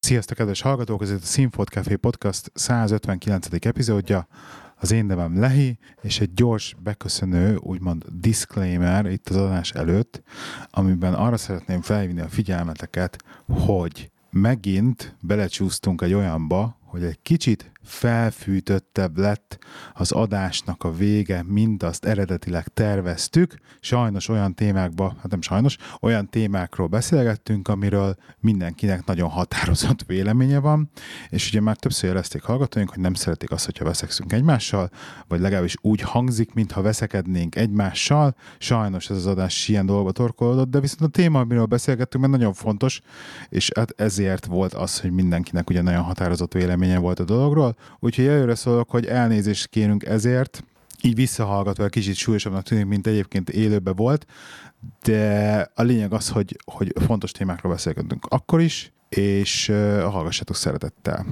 Sziasztok, kedves hallgatók! Ez itt a Színfolt Café Podcast 159. epizódja. Az én nevem Lehi, és egy gyors beköszönő, úgymond disclaimer itt az adás előtt, amiben arra szeretném felhívni a figyelmeteket, hogy megint belecsúsztunk egy olyanba, hogy egy kicsit felfűtöttebb lett az adásnak a vége, mint azt eredetileg terveztük. Sajnos olyan témákba, hát nem sajnos, olyan témákról beszélgettünk, amiről mindenkinek nagyon határozott véleménye van, és ugye már többször jelezték hallgatóink, hogy nem szeretik azt, hogyha veszekszünk egymással, vagy legalábbis úgy hangzik, mintha veszekednénk egymással. Sajnos ez az adás ilyen dolgba torkolódott, de viszont a téma, amiről beszélgettünk, mert nagyon fontos, és hát ezért volt az, hogy mindenkinek ugye nagyon határozott véleménye volt a dologról. Úgyhogy előre szólok, hogy elnézést kérünk ezért, így visszahallgatva kicsit súlyosabbnak tűnik, mint egyébként élőben volt, de a lényeg az, hogy fontos témákról beszélgetünk akkor is, és hallgassatok szeretettel.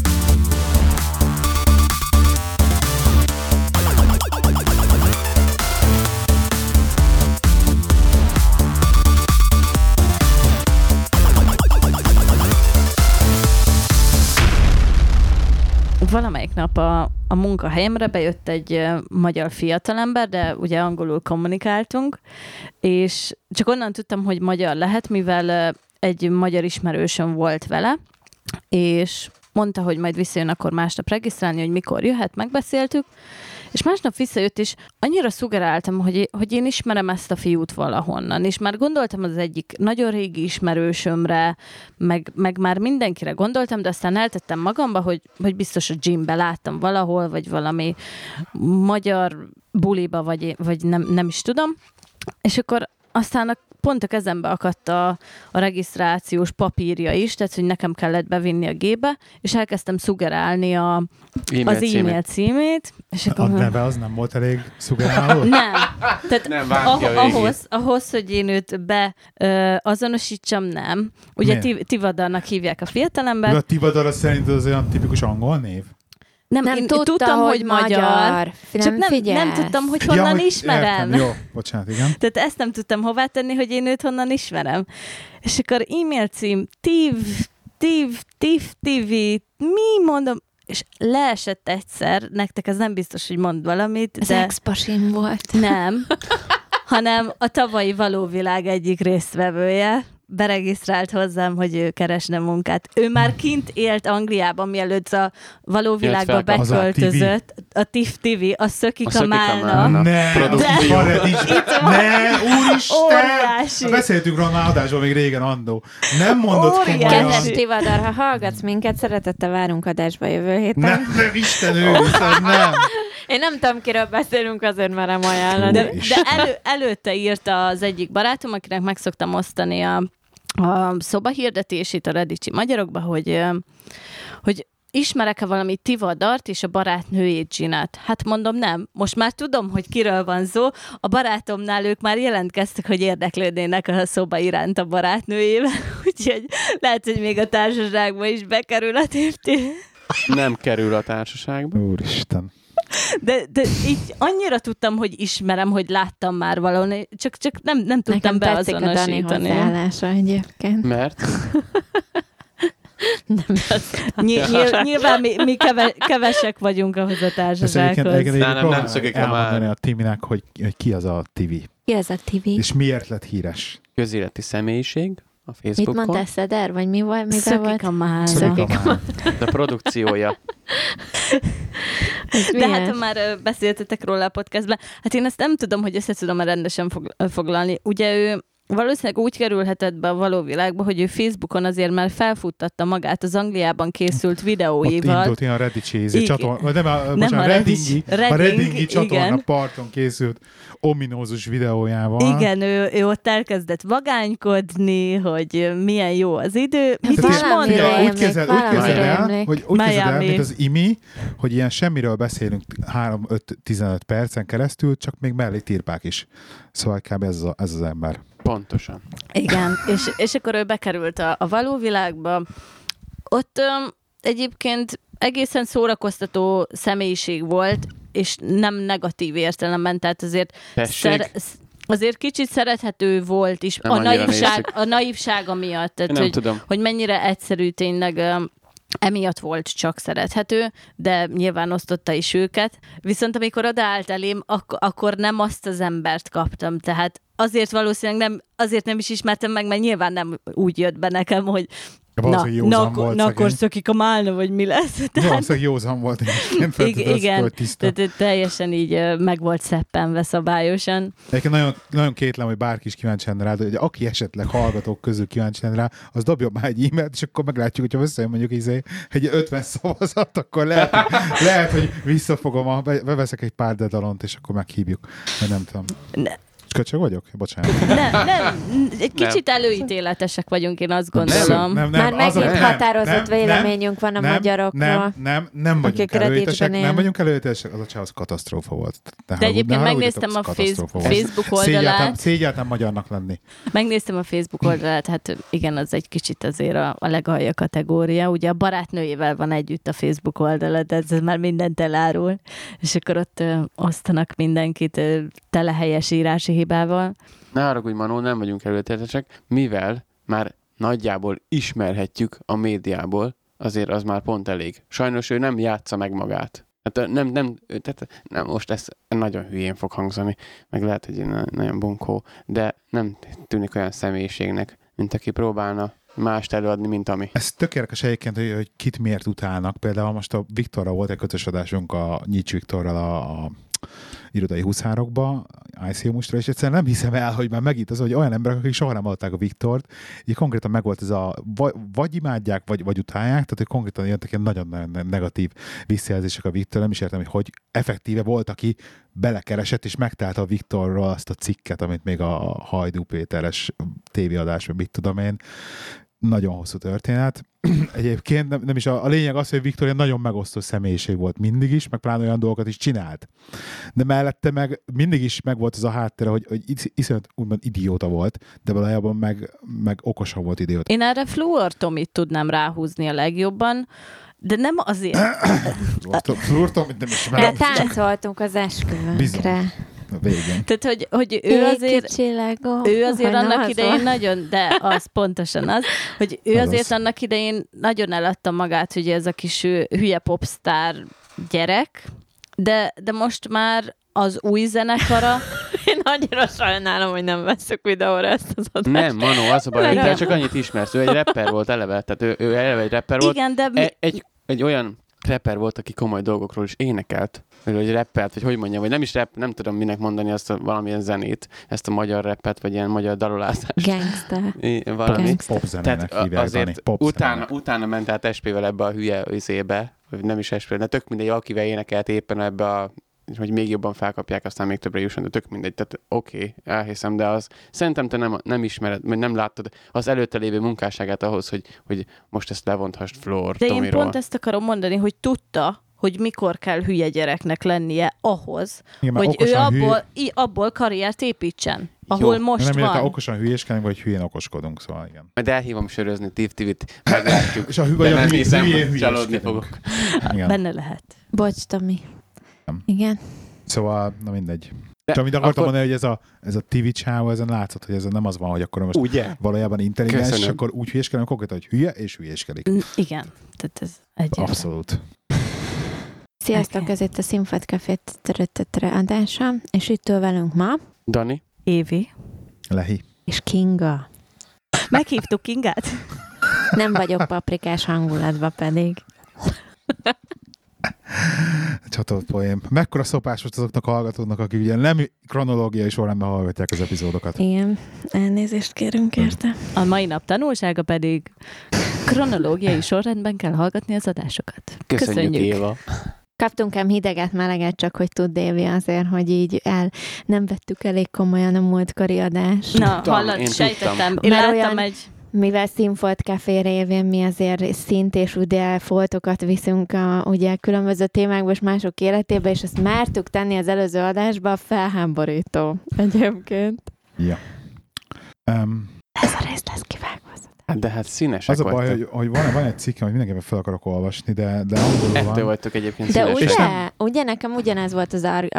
Valamelyik nap a munkahelyemre bejött egy magyar fiatalember, de ugye angolul kommunikáltunk, és csak onnan tudtam, hogy magyar lehet, mivel egy magyar ismerősöm volt vele, és mondta, hogy majd visszajön akkor másnap regisztrálni, hogy mikor jöhet, megbeszéltük, és másnap visszajött, és annyira szugeráltam, hogy én ismerem ezt a fiút valahonnan, és már gondoltam az egyik nagyon régi ismerősömre, meg már mindenkire gondoltam, de aztán eltettem magamba, hogy biztos a gymbe láttam valahol, vagy valami magyar buliba, vagy nem is tudom, és akkor aztán pont a kezembe akadt a regisztrációs papírja is, tehát hogy nekem kellett bevinni a gépbe, és elkezdtem szugerálni az e-mail címét. És akkor a neve az nem volt elég szugeráló? Nem. Tehát ahhoz, hogy én őt azonosítsam, nem. Ugye Tivadarnak hívják a fiatalembert. De a Tivadar az szerinted az olyan tipikus angol név? Nem, én tudtam, hogy magyar. Csak nem tudtam, hogy honnan ismerem. Értem, jó, bocsánat, igen. Tehát ezt nem tudtam hová tenni, hogy én őt honnan ismerem. És akkor e-mail cím, TV, mi mondom, és leesett egyszer, nektek ez nem biztos, hogy mond valamit. Az ex-pasim volt. Nem, hanem a tavalyi Valóvilág egyik résztvevője beregisztrált hozzám, hogy ő keresne munkát. Ő már kint élt Angliában, mielőtt a Valóvilágba beköltözött. A TIFF TV, a Szökik a Málna. Ne, úristen! Beszéltünk róla már adásban még régen andó. Nem mondod komolyan. Kedves Tivadar, ha hallgatsz minket, szeretettel várunk adásba jövő héten. Nem, Isten őriszed, nem. Én nem tudom, kiről beszélünk, azért merem ajánlani. De előtte írta az egyik barátom, akinek meg szoktam osztani a szobahirdetését a redditsi magyarokba, hogy ismerek-e valami Tivadart és a barátnőjét Ginát? Hát mondom, nem. Most már tudom, hogy kiről van szó. A barátomnál ők már jelentkeztek, hogy érdeklődnének a szoba iránt a barátnőjével. Úgyhogy lehet, hogy még a társaságba is bekerül a TFT. Nem kerül a társaságba. Úristen. De így annyira tudtam, hogy ismerem, hogy láttam már valahol, csak nem tudtam beazonosítani. Nekem tetszik a Dani hozzáállása egyébként. Mert? Nyilván mi kevesek vagyunk ahhoz a társasághoz. Nem szökik elmondani a Timinek, hogy ki az a Tivi. Ki az a Tivi? És miért lett híres? Közéleti személyiség a Facebookon. Mit mondtál, Szeder? Vagy mi volt? Szökik a Málna. De a produkciója. De hát, ha már beszéltetek róla a podcastben, hát én ezt nem tudom, hogy össze tudom rendesen foglalni. Ugye ő valószínűleg úgy kerülhetett be a valóvilágba, hogy ő Facebookon azért már felfuttatta magát az Angliában készült videóival. Ott indult ilyen a Redditchi csatorna, nem a Reddingi csatorna parton készült ominózus videójával. Igen, ő ott elkezdett vagánykodni, hogy milyen jó az idő. Mit is mondja? Úgy kezded el, mint az IMI, hogy ilyen semmiről beszélünk 3-5-15 percen keresztül, csak még mellé tirpák is. Szóval kb. Ez az ember. Pontosan. Igen, és akkor ő bekerült a valóvilágba. Ott egyébként egészen szórakoztató személyiség volt, és nem negatív értelemben, tehát azért azért kicsit szerethető volt is Nem annyira néztük. a naivsága miatt. Tehát, Nem tudom. hogy mennyire egyszerű tényleg emiatt volt csak szerethető, de nyilván osztotta is őket. Viszont amikor odaállt elém, akkor nem azt az embert kaptam. Tehát azért valószínűleg azért nem is ismertem meg, mert nyilván nem úgy jött be nekem, hogy akkor szökik a málna, vagy mi lesz. Valószínűleg józan volt. Igen, tehát teljesen így meg volt szeppenve szabályosan. Egyébként nagyon, nagyon kétlem, hogy bárki is kíváncsi lenne rá, de hogy aki esetleg hallgatók közül kíváncsi lenne rá, az dobjon már egy e-mailt, és akkor meglátjuk, hogyha összejön mondjuk egy 50 szavazat, akkor lehet, hogy visszafogom, beveszek egy pár dedalont, és akkor meghívjuk. Mert nem tudom. Köcsög vagyok? Bocsánat. Nem, egy kicsit előítéletesek vagyunk, én azt gondolom. Nem, már megint határozott véleményünk van a magyarokról. Nem vagyunk előítéletesek, nem vagyunk előítéletesek, az a csáv, az katasztrófa volt. De egyébként megnéztem a Facebook oldalát. Szégyeltem magyarnak lenni. Megnéztem a Facebook oldalát, hát igen, az egy kicsit azért a legalja kategória. Ugye a barátnőjével van együtt a Facebook oldala, de ez már mindent elárul. És akkor ott osztanak mindenkit telehelyes írási hibával. Ne haragudj, Manó, nem vagyunk előtéletesek, mivel már nagyjából ismerhetjük a médiából, azért az már pont elég. Sajnos ő nem játsza meg magát. Hát nem, most ez nagyon hülyén fog hangzani, meg lehet, hogy nagyon bunkó, de nem tűnik olyan személyiségnek, mint aki próbálna mást előadni, mint ami. Ez tök érdekes egyébként, hogy kit miért utálnak. Például most a Viktorral volt egy kötös adásunk a Nyics Viktorral a irodai huszárokba, ICO-mustra, és egyszerűen nem hiszem el, hogy már megint az, hogy olyan emberek, akik soha nem hallották a Viktort, így konkrétan megvolt ez a vagy imádják, vagy utálják, tehát hogy konkrétan jöttek ilyen nagyon negatív visszajelzések a Viktor, nem is értem, hogy effektíve volt, aki belekeresett, és megtalálta a Viktorról azt a cikket, amit még a Hajdú Péteres tévéadásban, mit tudom én, nagyon hosszú történet. Egyébként nem is a lényeg az, hogy Viktor nagyon megosztó személyiség volt mindig is, meg pláne olyan dolgokat is csinált. De mellette meg mindig is megvolt az a háttere, hogy iszonyat úgymond idióta volt, de valójában meg okosan volt idióta. Én erre Fluor Tomit tudnám ráhúzni a legjobban, de nem azért. Fluor Tomit nem is. De táncoltunk az esküvőnkre. Végén. Tehát, hogy ő azért annak idején nagyon, de az pontosan az, hogy ő azért annak idején nagyon eladta magát, hogy ez a kis hülye popstar gyerek, de most már az új zenekara. Én annyira sajnálom, hogy nem veszük videóra ezt az adást. Nem, Manó, az a baj, hogy csak annyit ismersz. Ő egy rapper volt eleve, tehát ő eleve egy rapper volt. Igen, de egy olyan rapper volt, aki komoly dolgokról is énekelt, vagy rappelt, vagy hogy mondjam, vagy nem is rap, nem tudom minek mondani azt a valamilyen zenét, ezt a magyar rappet, vagy ilyen magyar dalolászást. Gangster. Valami. Popzenének hívják, azért utána ment át SP-vel ebbe a hülye izébe, vagy nem is SP-vel, de tök mindegy, akivel énekelt éppen ebbe a, hogy még jobban felkapják, aztán még többre jusson, de tök mindegy. Tehát oké, elhiszem, de az szerintem te nem ismered, vagy nem láttad az előtte lévő munkásságát ahhoz, hogy most ezt levonthast Fluor Tomiról. De én pont ezt akarom mondani, hogy tudta, hogy mikor kell hülye gyereknek lennie ahhoz, igen, hogy ő abból karriert építsen, ahol jó, most nem van. Okosan hülyéskedünk, vagy hülyén okoskodunk, szóval igen. Majd elhívom sörözni, Tivit, meglátjuk. És a nem hiszem, csalódni fogok. Benne lehet. Bocs, Tomi. Igen. Szóval, na mindegy. Csak amit akartam mondani, hogy ez a TV csáva, ezen látszott, hogy ez nem az van, hogy akkor most ugye? Valójában intelligens, és akkor úgy hülyéskedem konkrétan, hogy hülye, és hülyéskedik. Igen, tehát ez egyértelmű. Abszolút. Sziasztok, ez itt a Színpad Café adása, és itt ül velünk ma Dani, Évi, Lehi és Kinga. Meghívtuk Kingát? Nem vagyok paprikás hangulatban pedig. Csatolt poém. Mekkora szopás most azoknak a hallgatóknak, akik ugye nem kronológiai sorrendben hallgatják az epizódokat. Igen, elnézést kérünk érte. A mai nap tanulsága pedig kronológiai sorrendben kell hallgatni az adásokat. Köszönjük. Éva. Kaptunk ám hideget, meleget, csak hogy tud Dévi azért, hogy így nem vettük elég komolyan a múltkori adást. Na, hallod, sejtettem. Én láttam mivel Színfolt Café révén mi azért szint és ugye foltokat viszünk ugye különböző témákba és mások életébe, és ezt mertük tenni az előző adásba, felháborító egyébként. Ja. Ez a rész lesz kivágva. De hát színesek Az a baj, vagytok. hogy van egy cikk, amit mindenképpen fel akarok olvasni, de angolul Ettől van. vagytok egyébként De színesek. ugye nekem ugyanez volt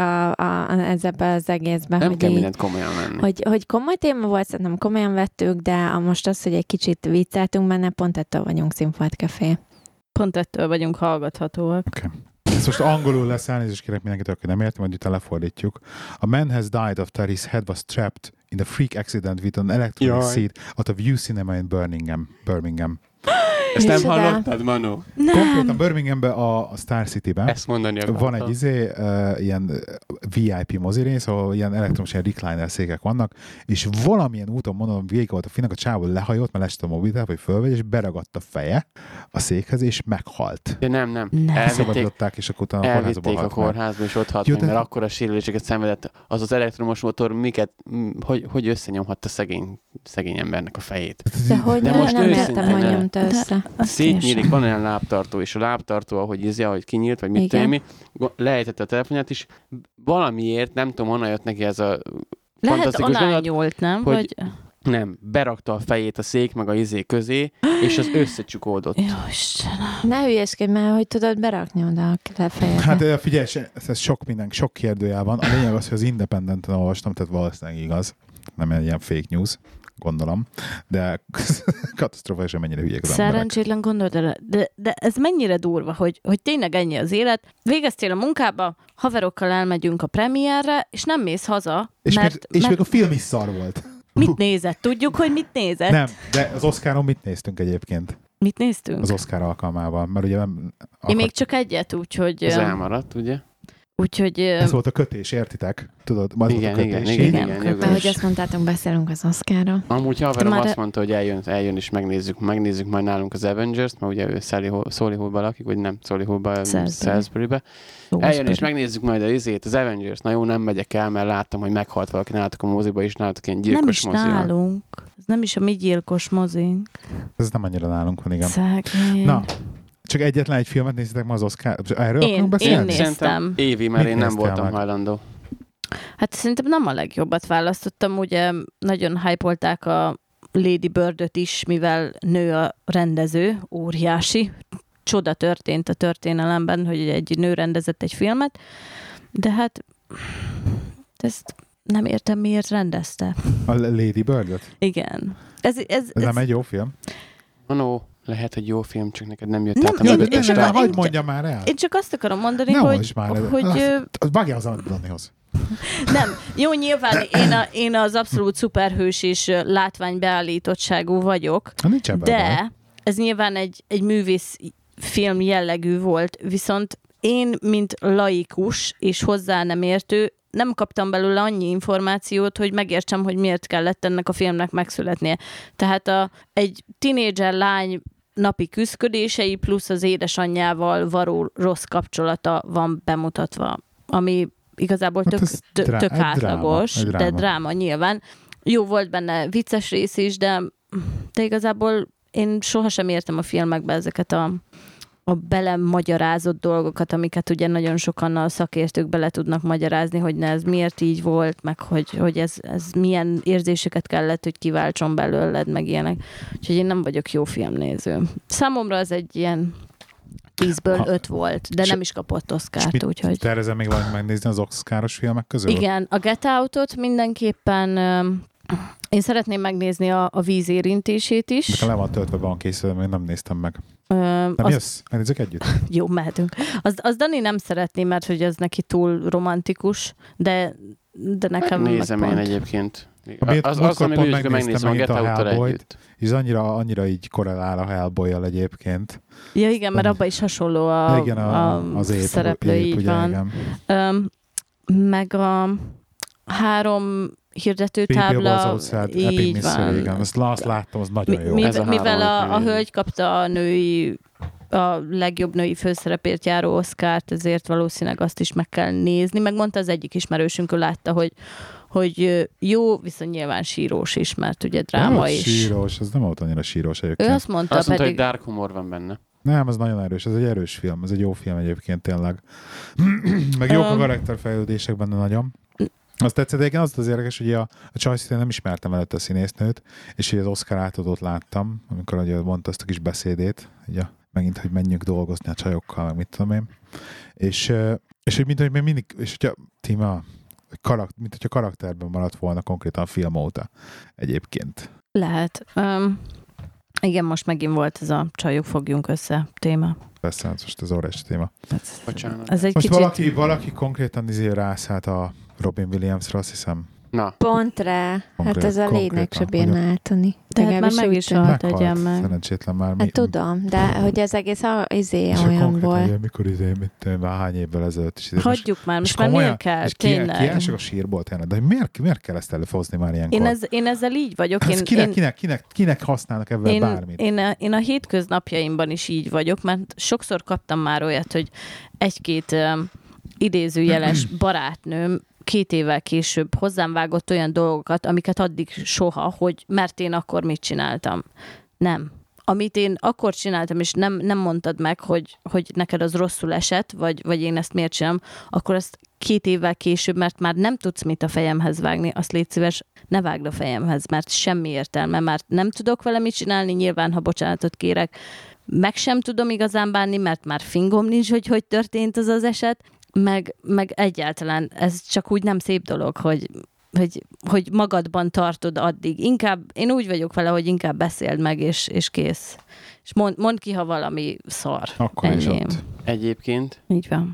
ezzel az egészben, Nem hogy, kell így, mindent komolyan venni. hogy komoly téma volt, szerintem komolyan vettük, de most az, hogy egy kicsit vicceltünk benne, pont ettől vagyunk Színfolt Café. Pont ettől vagyunk hallgathatóak. Okay. Ez most angolul lesz, elnézést kérek mindenkitől, aki nem érti, majd itt lefordítjuk. A man has died after his head was trapped in a freak accident with an electronic seat out of U Cinema in Birmingham. Ezt nem Micsoda? hallottad, Manu? Konkrétan Birminghamben a Star City-ben Ezt mondani akartam. van egy ilyen VIP mozirész, ahol ilyen elektromos ilyen recliner székek vannak, és valamilyen úton, mondom, végig volt a finnak, a csávó lehajolt, mert lesett a mobiltát, vagy fölvegy, és beragadt a feje a székhez, és meghalt. De nem. Szabadították, és akkor utána a kórházba Elvitték a halt meg. kórházba, és ott halt Jó, meg, de- mert akkora sérüléseket szenvedett. Az elektromos motor, hogy összenyomhatta szegény embernek a fejét. De hogy De nem, most nem őszintén, értem, hogy de- nyomta össze. Szétnyílik, van olyan lábtartó, és a lábtartó, ahogy kinyílt, vagy mit Igen. tudom én, lejtette a telefonját, és valamiért, nem tudom, honnan jött neki ez a Lehet fantasztikus onnan gondolat, nyúlt, nem? hogy- Vagy... nem, berakta a fejét a szék, meg a közé, és az összecsukódott. Jó, Istenem. Ne hülyeskedj, mert hogy tudod berakni oda a fejedbe. Hát figyelj, ez sok kérdőjel van. A lényeg az, hogy az Independenten olvastam, tehát valószínűleg igaz. Nem egy ilyen fake news, gondolom. De katasztrófa, és mennyire hülyék az emberek. Szerencsétlen gondolod, de ez mennyire durva, hogy tényleg ennyi az élet. Végeztél a munkába, haverokkal elmegyünk a premierre, és nem mész haza, És, mert még a film is szar volt. mit nézett? Tudjuk, hogy mit nézett. Nem, de az Oscaron mit néztünk egyébként? Mit néztünk? Az Oscar alkalmával, mert ugye nem Én még csak egyet, úgyhogy... Ez elmaradt, ugye? ez volt a kötés, értitek? Tudod, majd Igen, volt a igen, kötés. igen, Igen, igen, Ahogy jogos. azt mondtátok, beszélünk az Oscarról. Amúgy haverom Már- azt mondta, hogy eljön és megnézzük majd nálunk az Avengers-t, mert ugye ő Solihullban lakik, vagy nem Solihullban, Salisbury-be. Eljön és megnézzük majd az Avengers. Na jó, nem megyek el, mert láttam, hogy meghalt valaki nálatok a moziba, és nálatok ilyen nem gyilkos is mozi van. nálunk. Ez nem is a mi gyilkos mozink. Ez nem annyira nálunk van, igen. Szegény. Na, csak egyetlen egy filmet néztétek ma az Oscar? Erről akarunk Én beszélni? néztem. Szerintem Évi, mert Mit én nem néztél voltam meg? hajlandó. Hát szerintem nem a legjobbat választottam, ugye nagyon hypolták a Lady Birdöt is, mivel nő a rendező, óriási. Csoda történt a történelemben, hogy egy nő rendezett egy filmet, de hát ezt nem értem, miért rendezte. A Lady Bird-öt? Igen. Ez nem egy jó film? No, lehet, hogy jó film, csak neked nem jött Nem, át a én- Jó, de mögöttes csak ne, a- tár. hagyd én- mondjam már el. Én csak azt akarom mondani, Ne hogy, olvasd már el. hogy Vágj az Danihoz. nem. Jó, nyilván én az abszolút szuperhős és látványbeállítottságú vagyok, Nincs ebben baj. de ez nyilván egy művész film jellegű volt, viszont én, mint laikus és hozzá nem értő, nem kaptam belőle annyi információt, hogy megértsem, hogy miért kellett ennek a filmnek megszületnie. Tehát egy tinédzser lány napi küszködései plusz az édesanyjával való rossz kapcsolata van bemutatva, ami igazából Hát tök, ez tök egy átlagos, dráma, egy de dráma. dráma nyilván. Jó volt benne vicces rész is, de igazából én sohasem értem a filmekbe ezeket a belemagyarázott dolgokat, amiket ugye nagyon sokan a szakértők bele tudnak magyarázni, hogy ez miért így volt, meg hogy ez milyen érzéseket kellett, hogy kiváltson belőled, meg ilyenek. Úgyhogy én nem vagyok jó filmnéző. Számomra az egy ilyen 10-ből 5 volt, de nem is kapott Oscárt, úgyhogy... Tervezem még valamit megnézni az Oscaros filmek közül? Igen, a Get Out-ot mindenképpen én szeretném megnézni a víz érintését is. De le van töltve, van készülve, még nem néztem meg. Nem Az, jössz? Megnézzük együtt? jó, mehetünk. Az Dani nem szeretné, mert hogy az neki túl romantikus, de nekem Nézem meg én pont. egyébként. Amit Az, múltkor ami pont bűzsgő megnézem a megnéztem Get megint a Out-tal Hellboyt. együtt. És annyira így korrelál a Hellboy-jal egyébként. Ja, igen, mert abban is hasonló a Igen, az épp, szereplő, így ugye, van. igen. Meg a 3 hirdetőtábla, így van. Igen. Azt láttam, az nagyon jó. Ez a Mivel három, a amit hölgy kapta a legjobb női főszerepért járó Oscart, ezért valószínűleg azt is meg kell nézni. Megmondta az egyik ismerősünk, ő látta, hogy jó, viszont nyilván sírós is, mert ugye dráma Nem, is. sírós, ez nem volt annyira sírós Ő egyébként. azt mondta, Azt mondta, hogy pedig... dark humor van benne. Nem, ez nagyon erős, ez egy erős film, ez egy jó film egyébként tényleg. Meg jók a karakterfejlődések benne nagyon. Azt tetszett, igen, az érdekes, hogy a Csajszit nem ismertem előtt a színésznőt, és így az Oscar átadót láttam, amikor ugye mondta azt a kis beszédét, ugye, megint, hogy menjünk dolgozni a csajokkal, meg mit tudom én. És hogy mint hogy még mindig, és hogyha téma, mint hogyha karakterben maradt volna konkrétan a film óta egyébként. Lehet. Igen, most megint volt ez a csajok fogjunk össze téma. Persze, most az óriási téma. Bocsánat. Ez egy Most kicsit... valaki konkrétan rászállt a Robin Williamsra, azt hiszem. Na. Pont rá. Hát ez a lényeg se bírna álltani. De hát már meg is halt egy Meghalt, ember. szerencsétlen már. Hát tudom, de hogy ez egész és olyan volt. Mikor már hány évvel ezelőtt is. Hagyjuk már, most már miért kell, és tényleg. Kiások a sírból tényleg, de miért kell ezt előhozni már ilyenkor? Én ezzel így vagyok. Kinek használnak ebben bármit? Én a hétköznapjaimban is így vagyok, mert sokszor kaptam már olyat, hogy egy-két idézőjeles barátnőm 2 évvel később hozzám vágott olyan dolgokat, amiket addig soha, hogy mert én akkor mit csináltam. Nem. Amit én akkor csináltam, és nem mondtad meg, hogy neked az rosszul esett, vagy én ezt miért csinálom, akkor azt 2 évvel később, mert már nem tudsz mit a fejemhez vágni, azt légy szíves, ne vágd a fejemhez, mert semmi értelme, mert nem tudok vele mit csinálni, nyilván, ha bocsánatot kérek, meg sem tudom igazán bánni, mert már fingom nincs, hogy történt az eset, meg egyáltalán ez csak úgy nem szép dolog, hogy magadban tartod addig. Inkább, én úgy vagyok vele, hogy inkább beszéld meg, és kész. És mondd ki, ha valami szar. Akkor is ott. Egyébként így van.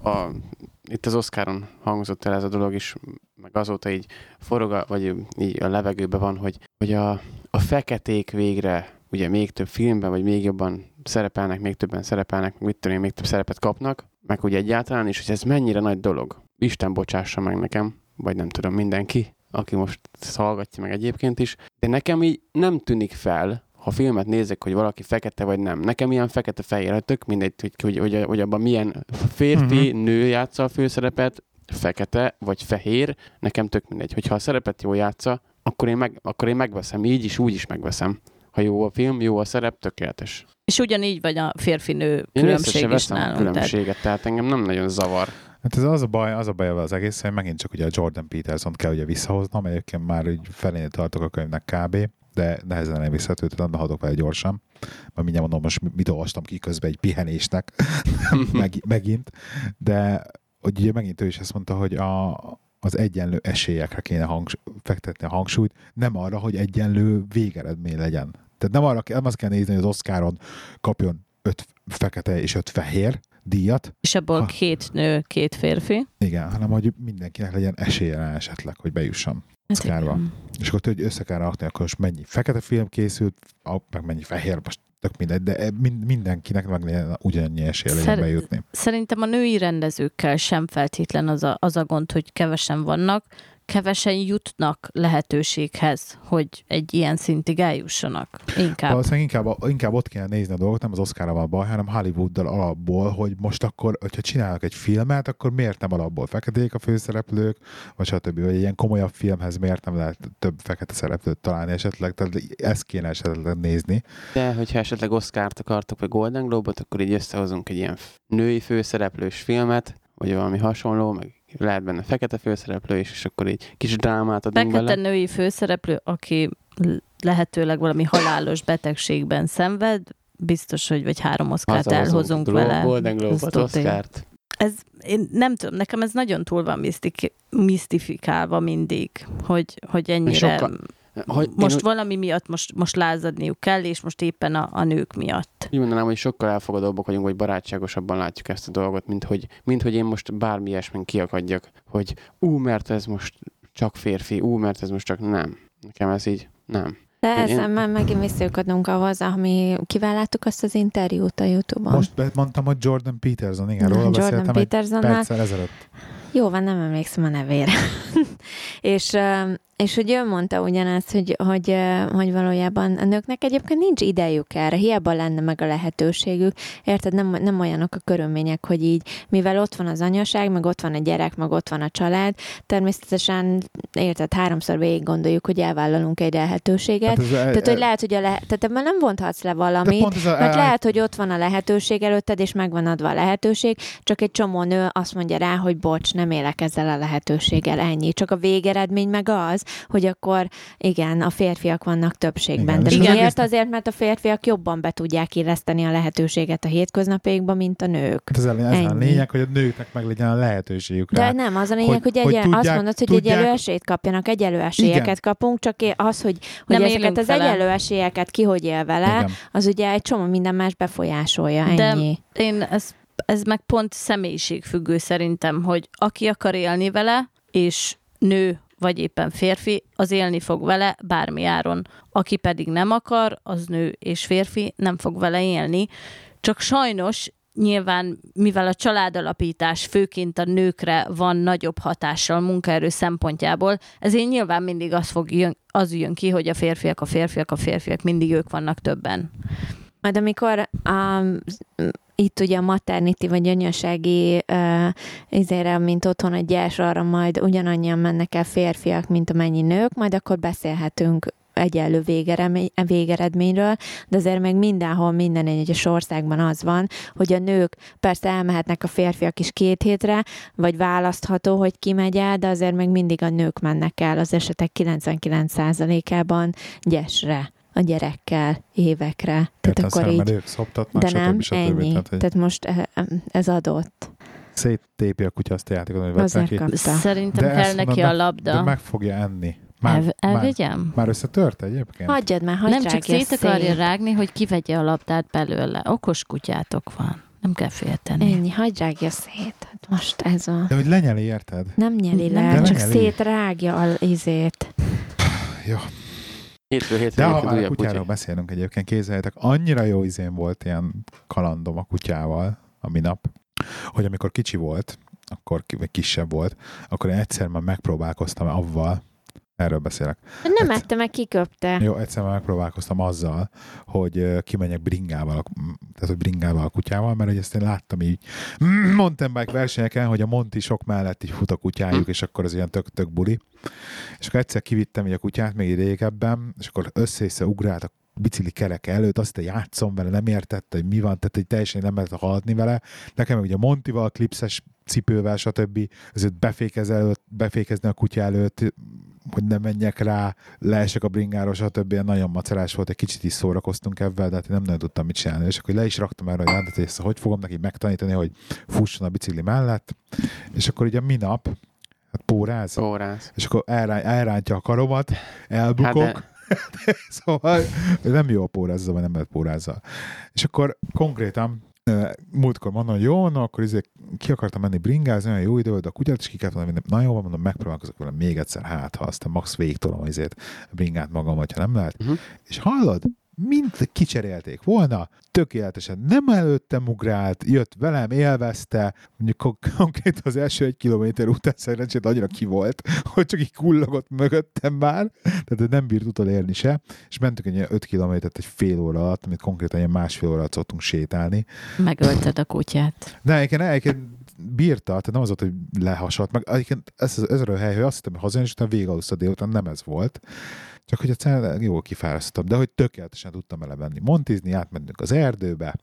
Itt az Oscaron hangzott el ez a dolog is, meg azóta így forog, vagy így a levegőben van, hogy a feketék végre ugye még több filmben, vagy még jobban szerepelnek, még többen szerepelnek, mit tudom én, még több szerepet kapnak, meg ugye egyáltalán is, hogy ez mennyire nagy dolog. Isten bocsássa meg nekem, vagy nem tudom, mindenki, aki most hallgatja meg egyébként is, de nekem így nem tűnik fel, ha filmet nézek, hogy valaki fekete vagy nem. Nekem ilyen fekete-fehér, tök mindegy, hogy abban milyen férfi, nő játsza a főszerepet, fekete vagy fehér, nekem tök mindegy. Hogyha a szerepet jól játsza, akkor én megveszem, így is, úgy is megveszem. Ha jó a film, jó a szerep, tökéletes. És ugyanígy vagy a férfi-nő különbség különbség is veszem nálunk. a különbséget, tehát engem nem nagyon zavar. Hát ez az a baj az egész, hogy megint csak ugye a Jordan Peterson kell ugye visszahoznom, egyébként már úgy felénél tartok a könyvnek kb., de nehezen elviszhető, tehát nem haladok vele gyorsan. Mert mindjárt mondom, most mit olvastam ki közben egy pihenésnek megint, de hogy ugye megint ő is ezt mondta, hogy az egyenlő esélyekre kéne fektetni a hangsúlyt, nem arra, hogy egyenlő végeredmény legyen. Tehát nem azt kell nézni, hogy az Oscaron kapjon 5 fekete és 5 fehér díjat. És abból 2 nő, 2 férfi. Igen, hanem hogy mindenkinek legyen esélye rá esetleg, hogy bejusson Oscarba. És akkor hogy össze kell rakni, akkor most mennyi fekete film készült, meg mennyi fehér, most tök mindegy, de mindenkinek meg legyen ugyannyi esélye legyen bejutni. Szerintem a női rendezőkkel sem feltétlen az a gond, hogy kevesen vannak, kevesen jutnak lehetőséghez, hogy egy ilyen szintig eljussanak. Inkább ott kéne nézni a dolgot, nem az Oscarral van a baj, hanem Hollywooddal alapból, hogy most akkor, hogyha csinálnak egy filmet, akkor miért nem alapból feketék a főszereplők, vagy stb. Vagy egy ilyen komolyabb filmhez miért nem lehet több fekete szereplőt találni esetleg, tehát ezt kéne esetleg nézni. De hogyha esetleg Oscart akartok, vagy Golden Globe-ot, akkor így összehozunk egy ilyen női főszereplős filmet, vagy valami hasonló, meg lehet benne fekete főszereplő is, és akkor így kis drámát adunk bele. Fekete női főszereplő, aki lehetőleg valami halálos betegségben szenved, biztos, hogy vagy 3 Oscart elhozunk vele. Golden Globe-ot, Oscart. Én nem tudom, nekem ez nagyon túl van misztifikálva mindig, hogy ennyire... Valami miatt most lázadniuk kell, és most éppen a nők miatt. Úgy mondanám, hogy sokkal elfogadóbbak vagyunk, vagy barátságosabban látjuk ezt a dolgot, mint hogy én most bármi ilyesmin kiakadjak, hogy mert ez most csak férfi, mert ez most csak nem. Nekem ez így nem. De ezzel már megint visszajökadunk ahhoz, kivel láttuk azt az interjút a YouTube-on. Most mondtam, hogy Jordan Peterson, igen, róla beszéltem egy perccel ezelőtt. Jó van, nem emlékszem a nevére. És hogy ő mondta ugyanazt, hogy valójában a nőknek egyébként nincs idejük erre, hiába lenne meg a lehetőségük. Érted, nem olyanok a körülmények, hogy így, mivel ott van az anyaság, meg ott van a gyerek, meg ott van a család, természetesen, érted, 3-szor végig gondoljuk, hogy elvállalunk egy lehetőséget. Tehát, hogy lehet, hogy tehát ebben nem vonthatsz le valamit, mert lehet, hogy ott van a lehetőség előtted, és megvan adva a lehetőség, csak egy csomó nő azt mondja rá, hogy bocs, nem élek ezzel a lehetőséggel, ennyi. Csak a végeredmény meg az, hogy akkor igen, a férfiak vannak többségben. Igen. De miért? Azért, mert a férfiak jobban be tudják illeszteni a lehetőséget a hétköznapjaikba, mint a nők. Ez a lényeg, hogy a nőknek meg legyen a lehetőségük rá. De nem, az a lényeg, hogy azt mondod, hogy egyelő esélyt kapjanak, egyelő esélyeket kapunk, csak az, hogy ezeket az egyelő esélyeket ki hogy él vele, igen. Az ugye egy csomó minden más befolyásolja, ennyi. De én ez meg pont személyiségfüggő szerintem, hogy aki akar élni vele, és nő vagy éppen férfi, az élni fog vele bármi áron. Aki pedig nem akar, az nő és férfi nem fog vele élni. Csak sajnos nyilván, mivel a családalapítás főként a nőkre van nagyobb hatással munkaerő szempontjából, ezért nyilván mindig az jön ki, hogy a férfiak, mindig ők vannak többen. Majd amikor itt ugye a maternity vagy anyasági mint otthon a gyárs, arra majd ugyanannyian mennek el férfiak, mint amennyi nők, majd akkor beszélhetünk egyenlő végeredményről, de azért meg mindenhol, minden egyes országban az van, hogy a nők persze elmehetnek a férfiak is 2 hétre, vagy választható, hogy ki megy el, de azért meg mindig a nők mennek el az esetek 99%-ában gyesre a gyerekkel évekre. Tehát akkor így, ők szoptatnak, de nem, ennyi. Tehát most ez adott. Széttépi a kutya azt a játékot, hogy vett neki. Szerintem kell neki a labda. De meg fogja enni. Elvigyem? Már összetört egyébként? Hagyjad már, nem csak szét akarja rágni, hogy kivegye a labdát belőle. Okos kutyátok van. Nem kell félteni. Ennyi, hagyd rágja szét. Hát most ez a... De hogy lenyeli, érted? Nem nyeli le, csak szétrágja a izét. Jó. De ha már a kutyáról beszélünk egyébként, kézzeljétek, annyira jó izén volt ilyen kalandom a kutyával a minap, hogy amikor kicsi volt, akkor kisebb volt, akkor én egyszer már megpróbálkoztam avval, erről beszélek. Nem ettem meg, kiköpte. Jó, egyszer már megpróbálkoztam azzal, hogy kimenjek bringával a kutyával, mert hogy ezt én láttam így mountain bike versenyeken, hogy a Monti sok mellett így fut a kutyájuk, és akkor az ilyen tök buli. És akkor egyszer kivittem így a kutyát, még régebben, és akkor össze ugrált a bicikli kereke előtt, azt hitte, játszom vele, nem értette, hogy mi van, tehát hogy teljesen nem lehet haladni vele. Nekem meg ugye Montival, klipszes cipővel, stb. Ezért befékezni a kutya előtt, hogy nem menjek rá, leesek a bringáról, stb. Nagyon macerás volt, egy kicsit is szórakoztunk ebben, de hát én nem nagyon tudtam mit csinálni. És akkor le is raktam erre a jelentet, hogy fogom neki megtanítani, hogy fusson a bicikli mellett. És akkor ugye minap, hát póráz. És akkor elrántja a karomat, elbukok. Szóval nem jó a pórázzal, vagy nem lehet pórázzal. És akkor konkrétan múltkor mondom, hogy jó, na akkor ki akartam menni bringázni, olyan jó idő volt, a kutyát is ki kellett mondani, na jó, mondom, megpróbálkozok vele még egyszer, hát ha aztán max végig tolom a bringát magam, hogyha nem lehet. És hallod, mint kicserélték volna, tökéletesen nem előttem ugrált, jött velem, élvezte, mondjuk konkrétan az első 1 kilométer után szerencsét annyira ki volt, hogy csak így kullogott mögöttem már, tehát nem bírt utolérni se, és mentünk egy 5 kilométert egy fél óra alatt, amit konkrétan ilyen 1,5 óra alatt szoktunk sétálni. Megölted a kutyát. De egyébként bírta, tehát nem az volt, hogy lehasadt, meg egyébként ez a hely, hogy azt hittem, hogy hazajön, és utána végigaluszta délután, nem ez volt. Csak hogy egyszerűen jól kifárasztottam, de hogy tökéletesen tudtam elevenni. Montizni, átmentünk az erdőbe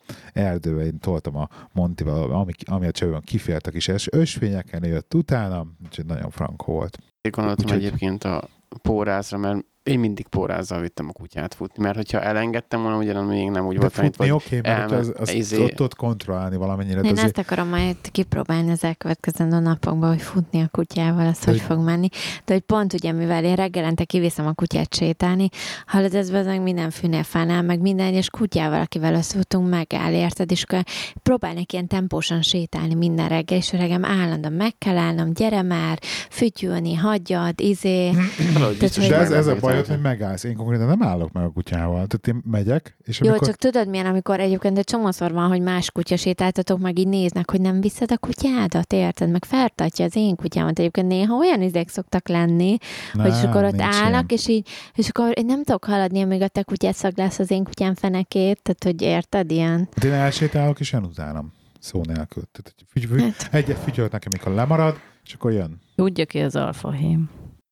én toltam a Montival, ami a csövön kifért a kis ösvényeken, jött utána, úgyhogy nagyon frankó volt. Én gondoltam egyébként a pórázra, mert én mindig pórázzal vittem a kutyát futni, mert hogyha elengedtem volna, ugyan még nem úgy de volt futni oké, mert az ott kontrollálni valamennyire. Én ezt akarom majd kipróbálni az elkövetkezendő napokban, hogy futni a kutyával, az hogy fog menni. De hogy pont ugye, mivel én reggelente kiviszem a kutyát sétálni, hallod, ez meg minden fűnél, meg minden egyes kutyával, akivel összefutunk, megáll, érted, és akkor próbálnék ilyen tempósan sétálni minden reggel, és öregem állandóan meg kell állnom, gyere már, fütyülni, hagyjad, De ez a baj, bejött, hogy megállsz. Én konkrétan nem állok meg a kutyával. Tehát én megyek, és Jó, amikor... csak tudod milyen, amikor egyébként egy csomószor van, hogy más kutya sétáltatok, meg így néznek, hogy nem viszed a kutyádat, érted? Meg feltartja az én kutyámat. Egyébként néha olyan izék szoktak lenni, hogy és akkor ott állnak, és akkor én nem tudok haladni, amíg a te kutyád szaglász az én kutyám fenekét, tehát hogy érted ilyen? Hát én elsétálok, és jön utánam. Szó nélkül. Tehát egyet fütyölt nekem, mikor lemarad, és akkor jön. Tudja ki az alfahím.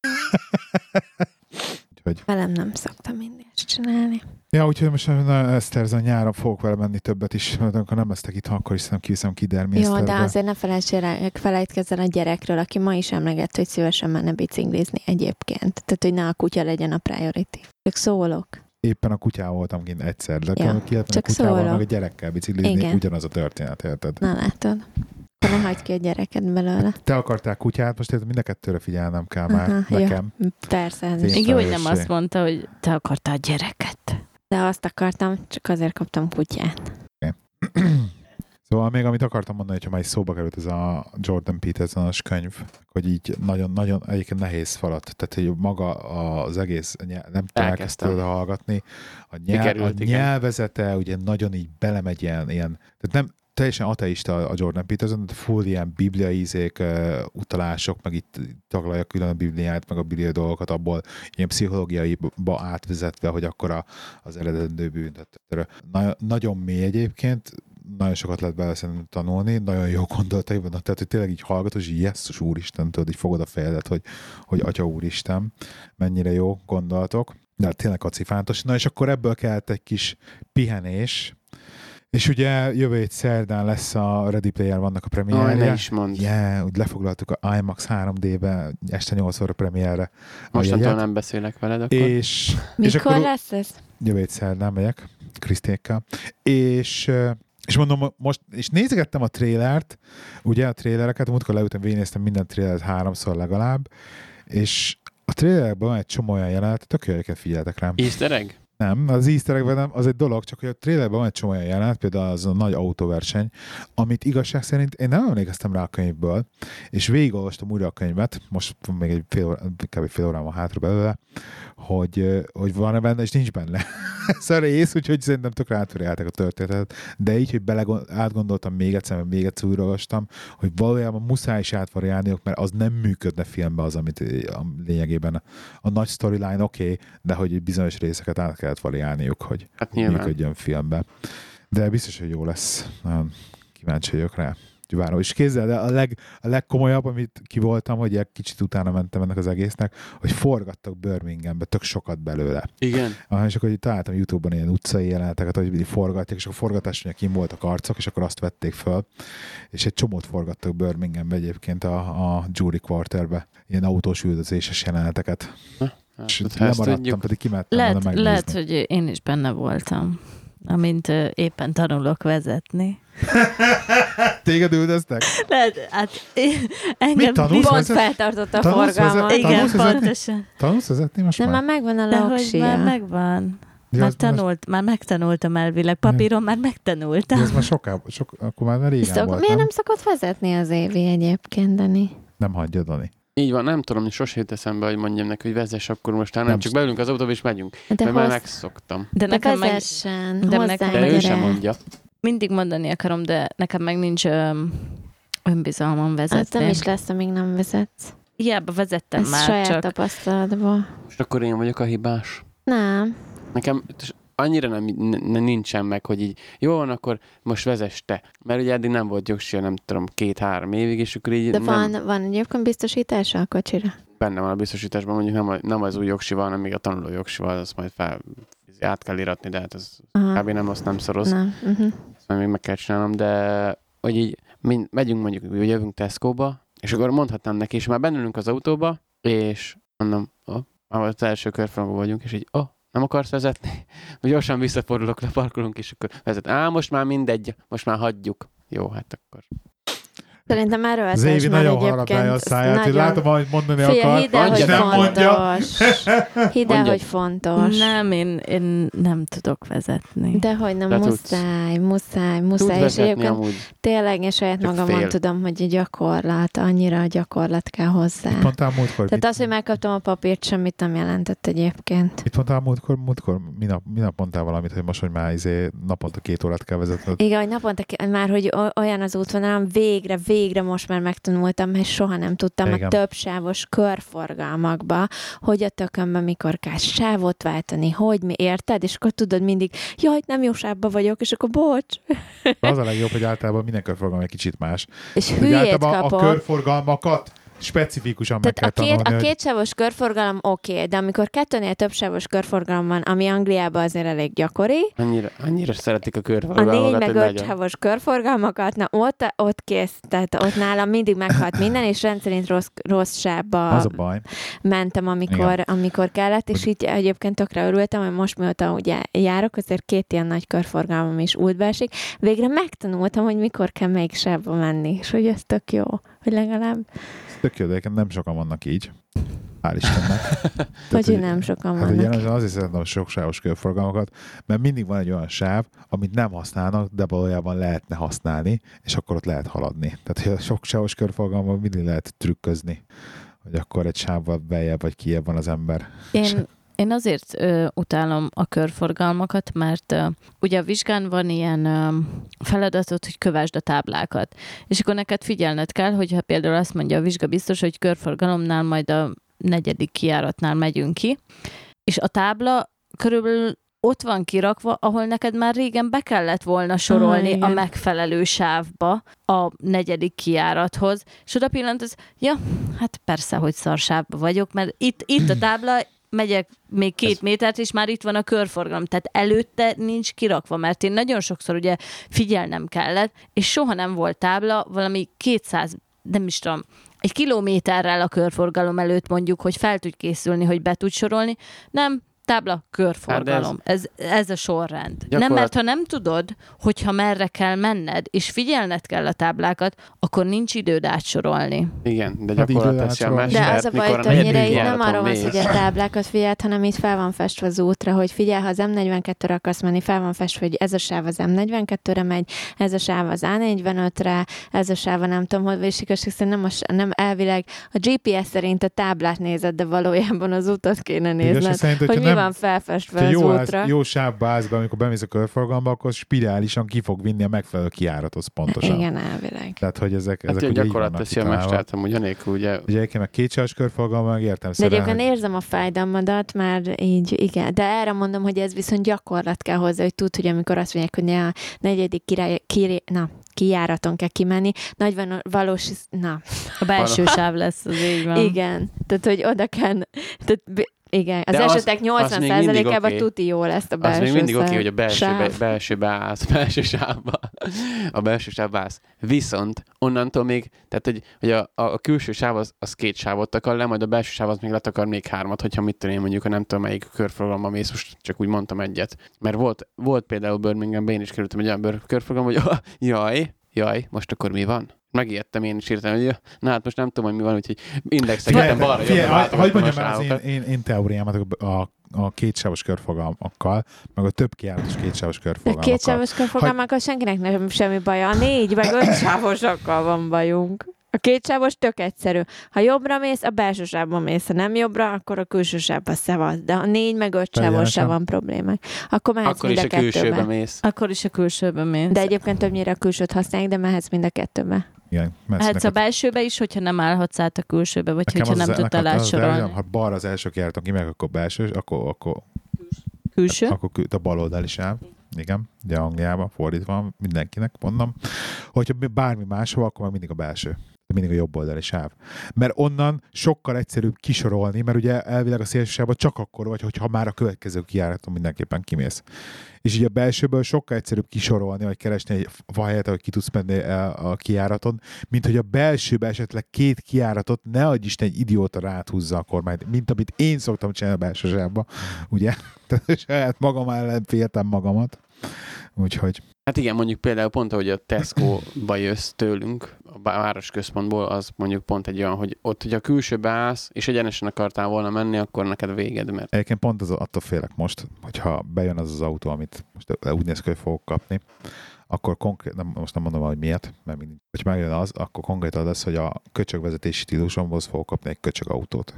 Úgyhogy... Velem nem szoktam mindig ezt csinálni. Ja, úgyhogy most Eszterzen nyáron fogok vele menni többet is, mert amikor nem lesztek itt, akkor is szerintem kiviszem Kidermészterbe. Jó, de azért ne felejtkezzen a gyerekről, aki ma is emlegett, hogy szívesen menne biciklizni egyébként. Tehát, hogy ne a kutya legyen a priority. Csak szólok. Éppen a kutyával voltam kint egyszer, de Ja, ki lehet csak a kutyával, szólok. meg a gyerekkel biciklizni, Igen. ugyanaz a történet, érted? Na látod. Ne hagyd ki a gyereket belőle. Te akartál kutyát, most mind a kettőre figyelnem kell már Aha, nekem. Ja, persze. Ez Én is. Még jó, hogy nem felelősség. azt mondta, hogy te akartál gyereket. De azt akartam, csak azért kaptam kutyát. Szóval még amit akartam mondani, hogyha már is szóba került ez a Jordan Peterson-os könyv, hogy így nagyon-nagyon egyébként nehéz falat. Tehát, hogy maga az egész, nem tudom, elkezdted hallgatni. A nyelvezete ugye nagyon így belemegy ilyen, tehát nem teljesen ateista a Jordan Peterson, de full ilyen bibliai ízék, utalások, meg itt taglalja külön a Bibliát, meg a biblia dolgokat, abból ilyen pszichológiaiba átvezetve, hogy akkor az eredendő bűn. Nagyon mély egyébként, nagyon sokat lehet bele szerintem tanulni, nagyon jó gondolatai vannak, tehát hogy tényleg így hallgatod, és Jesszus Úristen, tudod, így fogod a fejedet, hogy Atya Úristen, mennyire jó gondolatok, de hát tényleg kacifántos. Na és akkor ebből kellett egy kis pihenés, és ugye jövő hét szerdán lesz a Ready Player vannak a premierje. Ne is mondd. Úgy lefoglaltuk a IMAX 3D-be, este 8 óra premierre. Mostantól nem beszélek veled akkor. Mikor akkor lesz ez? jövő hét szerdán megyek, Krisztékkel. És mondom, most, és nézegettem a trélert, ugye a trélereket, múltkor leültem, végignéztem minden trélert 3-szor legalább, és a trélerekben van egy csomó olyan jelenet, tök jó, hogy figyeltek rám. Easter egg? Nem, az easter eggben nem, az egy dolog, csak hogy a trailerben van egy csomó olyan jelenet, például az a nagy autóverseny, amit igazság szerint én nem emlékeztem rá a könyvből, és végigolvastam újra a könyvet, most még egy kb. Fél órán van hátra belőle, hogy van-e benne, és nincs benne. Ez a rész, úgyhogy szerintem tökre átverjeltek a történetet, de így, hogy átgondoltam még egyszer újra olvastam, hogy valójában muszáj is átvariálniuk, mert az nem működne filmbe az, amit a lényegében a nagy storyline oké, de hogy bizonyos részeket át kellett variálniuk, hogy hát működjön filmbe. De biztos, hogy jó lesz. Nagyon kíváncsi vagyok rá. Várom. És kézzel, de a legkomolyabb, amit kivoltam, hogy egy kicsit utána mentem ennek az egésznek, hogy forgattak Birminghambe, tök sokat belőle. Igen. És akkor találtam YouTube-on ilyen utcai jeleneteket, hogy forgatják, és a forgatásra kim voltak arcok, és akkor azt vették föl. És egy csomót forgattak Birminghambe egyébként a Jury Quarterbe, ilyen autós üldözéses jeleneteket. És lemaradtam, pedig kimentem volna megnézni. Lehet, hogy én is benne voltam, amint éppen tanulok vezetni. Téged üldöztek? Lehet, hát engem pont feltartott a forgalmat. Igen, pontosan. Tanulsz vezetni most de már? már megvan a De hogy laksia. már megvan. Ja, már megtanultam elvileg. Papíron már megtanultam. Ez már akkor már régen volt, Miért nem szokott vezetni az Évi egyébként, Dani? Nem hagyja, Dani. Így van, nem tudom, hogy sose jut eszembe, hogy mondjam neki, hogy vezess akkor most, nem csak beülünk az autóba és megyünk. Mert már megszoktam. De nekem vezessen, de ő sem mondja. Mindig mondani akarom, de nekem meg nincs önbizalmam vezetni. Az nem is lesz, amíg nem vezetsz. Hiába vezettem Ez már, saját csak... tapasztalatból. Most akkor én vagyok a hibás. Nem. Nekem annyira nincsen meg, hogy így jó van, akkor most vezess te. Mert ugye eddig nem volt jogsia, nem tudom, 2-3 évig, és akkor így de van egyébként biztosítása a kocsira? Benne van a biztosításban, mondjuk nem az új jogsival, hanem még a tanuló jogsival, azt majd át kell iratni, de hát az kb. Azt nem szoroz. Nem. Ezt majd még meg kell csinálnom, de hogy így megyünk mondjuk, hogy jövünk Tesco-ba, és akkor mondhatnám neki, és már bennülünk az autóba, és mondom, az első körfalon vagyunk, és így, nem akarsz vezetni? Gyorsan visszafordulok, leparkolunk, és akkor vezet. Most már mindegy, most már hagyjuk. Jó, hát akkor. Szerintem erről Az szólsz, Évi mert nagyon harapálja a egyébként száját, hogy látom, hogy mondani akar, hidd el, és hogy nem mondja. fontos. Hidd el, hogy fontos. Nem, én nem tudok vezetni. De hogy nem, De tudsz. muszáj. Tud És vezetni egyébként amúgy. tényleg én saját Csak magamon fél. tudom, hogy a gyakorlat, annyira a gyakorlat kell hozzá. Mit mondtál múltkor? Tehát az, hogy megkaptam a papírt, semmit nem jelentett egyébként. Mit mondtál múltkor? Minap mondtál valamit, hogy most, hogy már naponta 2 órát kell vezetned. Igen, hogy naponta már, hogy olyan az útvonalam, végre most már megtanultam, mert soha nem tudtam Igen. a többsávos körforgalmakba, hogy a tökönben mikor kell sávot váltani, hogy mi érted, és akkor tudod mindig, jaj, nem jó sávba vagyok, és akkor bocs. Az a legjobb, hogy általában minden körforgalom egy kicsit más. És Hogy hülyét általában kapok. a körforgalmakat specifikusan meg kell Tehát tanulni. a hogy- kétsávos körforgalom oké, de amikor 2-nél több sávos körforgalom van, ami Angliában azért elég gyakori, Annyira szeretik a a 4 körforgalmakat, meg hogy 5 legyen. sávos körforgalmakat, na ott kész, tehát ott nálam mindig meghalt minden, és rendszerint rossz sávba Az a baj. mentem, amikor kellett, és így egyébként tökre örültem, hogy most mióta ugye járok, azért 2 ilyen nagy körforgalmam is útba esik, végre megtanultam, hogy mikor kell melyik sávba menni, és hogy ez tök jó, hogy legalább, Tök jó, de egyébként nem sokan vannak így. Hál' Istennek. hogy nem sokan Hát vannak. ugye azért szeretem a soksávos körforgalmakat, mert mindig van egy olyan sáv, amit nem használnak, de valójában lehetne használni, és akkor ott lehet haladni. Tehát hogy a soksávos körforgalmakban mindig lehet trükközni, hogy akkor egy sávval beljebb vagy kijebb van az ember. Én azért utálom a körforgalmakat, mert ugye a vizsgán van ilyen feladatot, hogy kövesd a táblákat. És akkor neked figyelned kell, hogyha például azt mondja a vizsga biztos, hogy körforgalomnál majd a 4. kijáratnál megyünk ki, és a tábla körülbelül ott van kirakva, ahol neked már régen be kellett volna sorolni a igen. megfelelő sávba a 4. kijárathoz, és oda pillantasz, ja, hát persze, hogy szarsávba vagyok, mert itt a tábla, megyek még 2 métert, és már itt van a körforgalom. Tehát előtte nincs kirakva, mert én nagyon sokszor ugye figyelnem kellett, és soha nem volt tábla, valami 200, nem is tudom, 1 kilométerrel a körforgalom előtt mondjuk, hogy fel tudj készülni, hogy be tudj sorolni. Nem, tábla, körforgalom. Ez a sorrend. Nem, mert ha nem tudod, hogyha merre kell menned, és figyelned kell a táblákat, akkor nincs időd átsorolni. Igen, de Hát gyakorlat időt teszi a átsorolni. De mestert, az a baj, mikor hogy a annyira negyedik itt nem járaton arról van szó, mész. hogy a táblákat figyeld, hanem itt fel van festve az útra, hogy figyelj, ha az M42-re akarsz menni, fel van festve, hogy ez a sáv az M42-re megy, ez a sáv az A45-re, ez a sáv a nem tudom, hogy és igazság szerint nem elvileg a GPS szerint a táblát nézed, de valójában az utat kéne nézned, szerint, hogy hogyha mi van felfestve az útra. Jó sávba állsz be, amikor bemész a körforgalomba, akkor spirálisan ki fog vinni a megfelelő kijárathoz pontosan. Igen, elvileg. Tehát, hogy ezek Hát ugye így gyakorlat vannak teszi a kitalálva. mestert, amúgy anélkül ugye Ugye egyébként meg 2 sávos körforgalomban meg értem De egyébként érzem a fájdalmadat, már így, igen. De erre mondom, hogy ez viszont gyakorlat kell hozzá, hogy tudd, hogy amikor azt mondják, hogy a 4. kijáraton kell kimenni, nagy valós, A belső sáv lesz, az így van. igen. Tehát, hogy oda kell, tehát, igen, az De esetek az még mindig 80%-ában oké. tuti jó lesz a az belső még mindig oké, sáv. hogy a belsőbe állsz, a belső sávba állsz. Viszont onnantól még, tehát hogy a külső sáv az 2 sávot takar le, majd a belső sáv az még letakar még 3, hogyha mit tudom én mondjuk, nem tudom melyik körforgalomban mész, most csak úgy mondtam egyet. Mert volt például Birminghamben, én is kerültem egy olyan körforgalom, hogy jaj, most akkor mi van? Megijedtem, én is írtam, hogy na hát most nem tudom, hogy mi van, úgyhogy indexelgetem balra, jobbra, Hogy mondjam a el az sávokat. én teóriámat a 2 sávos körforgalmakkal, meg a több kijáratos 2 sávos De körforgalmakkal. 2 sávos körforgalmakkal senkinek nem semmi baja. A 4 meg 5 sávosakkal van bajunk. A 2 sávos tök egyszerű. Ha jobbra mész, a belső sávban mész. Ha nem jobbra, akkor a külső sávba szevasz. De a 4 meg 5 sávos sem van problémák. Akkor mehetsz Akkor mind is a a külsőbe kettőbe. mész. Akkor is a külsőbe mész. De egyébként többnyire a külsőt használják, de mehetsz mind a kettőbe. Igen, Lehetsz a belsőbe is, hogyha nem állhatsz át a külsőbe, vagy nekem hogyha nem tudtál átsorolni. Ha balra az első kijáraton kimegyek, akkor belső, akkor Külső? akkor a bal oldali sáv. Igen, ugye Angliában fordítva mindenkinek mondom. Hogyha bármi máshol, akkor már mindig a belső. Mindig a jobb oldali sáv. Mert onnan sokkal egyszerűbb kisorolni, mert ugye elvileg a szélső sávban csak akkor vagy, hogyha már a következő kijáraton mindenképpen kimész. És ugye a belsőből sokkal egyszerűbb kisorolni, vagy keresni egy helyet, hogy ki tudsz menni a kijáraton, mint hogy a belsőbe esetleg 2 kijáratot, ne adj Isten, egy idióta ráthúzza a kormányt, mint amit én szoktam csinálni a belső sávba, ugye? Tehát saját magam ellen féltem magamat. Úgyhogy Hát igen, mondjuk például pont, ahogy a Tesco-ba jössz tőlünk, a városközpontból, az mondjuk pont egy olyan, hogy ott, hogy a külsőbe állsz, és egyenesen akartál volna menni, akkor neked véged, mert... Egyébként pont attól félek most, hogyha bejön az autó, amit most úgy néz ki, hogy fogok kapni, akkor most nem mondom, hogy miért, mert hogyha megjön az, akkor konkrétan lesz, hogy a köcsögvezetési stílusomhoz fogok kapni egy köcsög autót.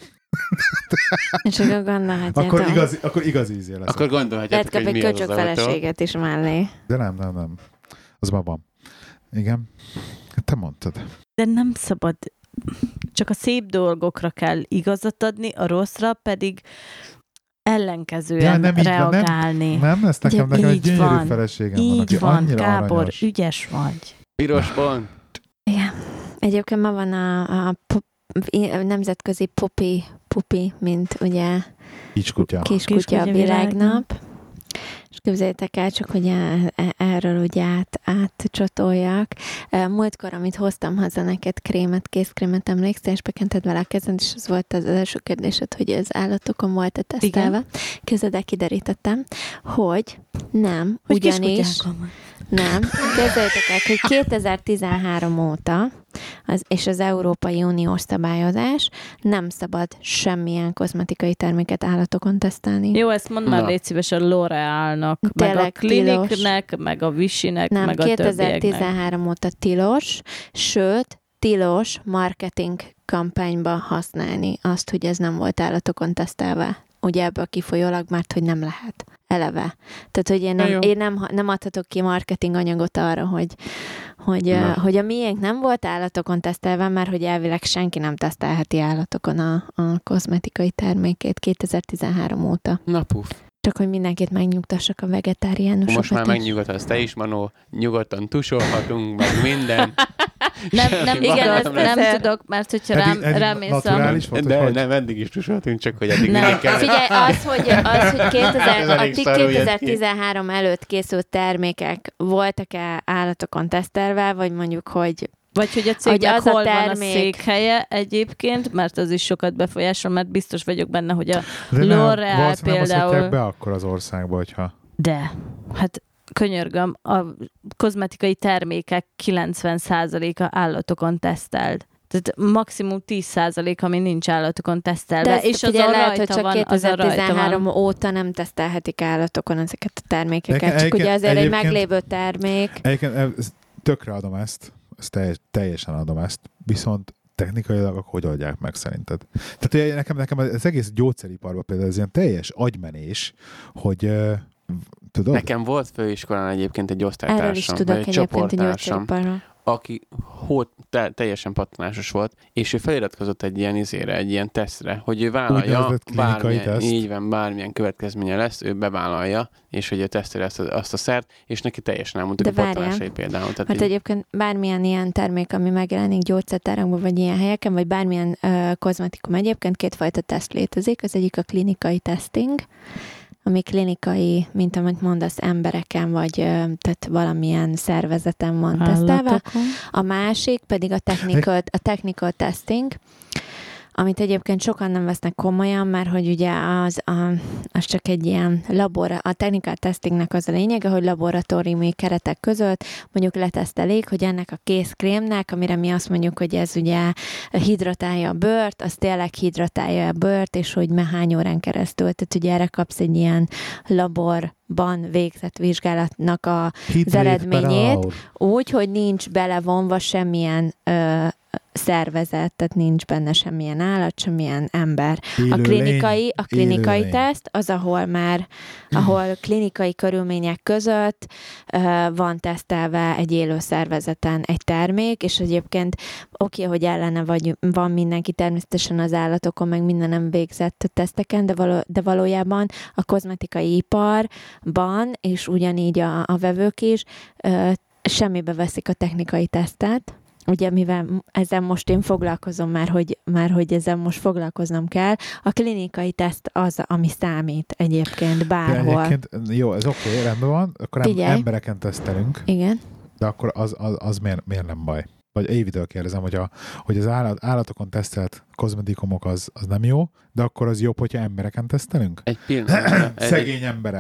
És akkor gondolhatjátok. Akkor igazi ízé lesz. Akkor Lehet gondolhatjátok, kap hogy egy mi az az köcsög autó. feleséget is mellé. De nem. Az már van. Igen. Te mondtad. De nem szabad, csak a szép dolgokra kell igazat adni, a rosszra pedig ellenkezően nem így van, reagálni. Nem lesz nekem egy így gyönyörű van. feleségem van, Így aki van, annyira Gábor, aranyos. ügyes vagy. Piros pont. Igen. Egyébként ma van a nemzetközi pupi, mint ugye Kiskutya. kiskutya világnap. És képzeljétek el, csak hogy erről ugye átcsatoljak. Múltkor, amit hoztam haza neked készkrémet emlékszel, és bekented vele a kezed, és az volt az első kérdésed, hogy az állatokon volt-e tesztelve. Közben kiderítettem, hogy nem, Hogy ugyanis... kiskutyákon van. Nem. Képzeljétek el, hogy 2013 óta és az Európai Uniós szabályozás nem szabad semmilyen kozmetikai terméket állatokon tesztelni. Jó, ezt mondd már, Na. légy szíves a L'Orealnak, meg a Tényleg Kliniknek, meg a Vichynek, Nem, meg a többieknek. 2013 óta tilos, sőt, tilos marketing kampányba használni azt, hogy ez nem volt állatokon tesztelve. Ugye ebből kifolyólag, mert hogy nem lehet. Eleve. Tehát, hogy én nem adhatok ki marketing anyagot arra, hogy a miénk nem volt állatokon tesztelve, mert hogy elvileg senki nem tesztelheti állatokon a kozmetikai termékét 2013 óta. Na puf. Csak hogy mindenkit megnyugtassak a vegetáriánusokat. Most már is. megnyugodhatsz te is, Manó, nyugodtan tusolhatunk, meg minden. Nem, igen, ezt nem tudok, mert hogyha rám mész naturális volt, De hogy nem, eddig is tusolhatunk, csak hogy eddig Nem. mindig kellett. Figyelj, az, hogy 2013 előtt készült termékek voltak-e állatokon tesztelve, vagy mondjuk, hogy vagy hogy a cégnek az a hol van a termék- székhelye egyébként, mert az is sokat befolyásol, mert biztos vagyok benne, hogy a de nem, L'Oreal valószínűleg nem például... hozhatják be akkor az országba, hogyha... De, hát könyörgöm, a kozmetikai termékek 90%-a állatokon tesztelt. Tehát maximum 10%, ami nincs állatokon tesztelve. de És az figyelj, a lehet, hogy rajta csak van, az a rajta 2013 van. óta nem tesztelhetik állatokon ezeket a termékeket. De Csak ugye azért egy egyébként- meglévő termék. Egyébként tökre adom ezt teljesen adom ezt, viszont technikailag akkor hogy oldják meg szerinted? Tehát nekem az egész gyógyszeriparban például ez ilyen teljes agymenés, hogy tudod? Nekem volt főiskolán egyébként egy Erről is osztálytársam, tudok vagy egy egyébként a csoporttársam, gyógyszeriparról. aki teljesen pattanásos volt, és ő feliratkozott egy ilyen tesztre, hogy ő vállalja, Úgynevezett klinikai teszt. így van, bármilyen következménye lesz, ő bevállalja, és hogy ő teszteli azt a szert, és neki teljesen elmondtuk De a várjál. pattanásai például. Tehát Mert egyébként bármilyen ilyen termék, ami megjelenik gyógyszertárakban, vagy ilyen helyeken, vagy bármilyen kozmetikum egyébként, kétfajta teszt létezik. Az egyik a klinikai testing, ami klinikai, mint amit mondasz, embereken, vagy tehát valamilyen szervezeten van tesztelve. Állatokon. A másik pedig a technical testing, amit egyébként sokan nem vesznek komolyan, mert hogy ugye az csak egy ilyen a technical testingnek az a lényege, hogy laboratóriumi keretek között mondjuk letesztelik, hogy ennek a készkrémnek, amire mi azt mondjuk, hogy ez ugye hidratálja a bőrt, az tényleg hidratálja a bőrt, és hogy hány órán keresztül. Tehát ugye erre kapsz egy ilyen laborban végzett vizsgálatnak az eredményét, úgy, hogy nincs belevonva semmilyen szervezet, tehát nincs benne semmilyen állat, semmilyen ember. A klinikai teszt az, ahol klinikai körülmények között van tesztelve egy élő szervezeten egy termék, és egyébként hogy ellene van mindenki természetesen az állatokon, meg minden nem végzett teszteken, de valójában a kozmetikai iparban, és ugyanígy a vevők is semmibe veszik a technikai tesztet. Ugye, mivel ezzel most én foglalkozom már hogy ezzel most foglalkoznom kell, a klinikai teszt az, ami számít egyébként bárhol. Egyébként, jó, ez oké, rendben van, akkor embereken tesztelünk. Igen. De akkor az miért nem baj? Vagy Évitől kérdezem, hogy az állatokon tesztelt kozmetikumok az nem jó, de akkor az jobb, hogyha embereken tesztelünk? egy pillanat. Szegény emberek.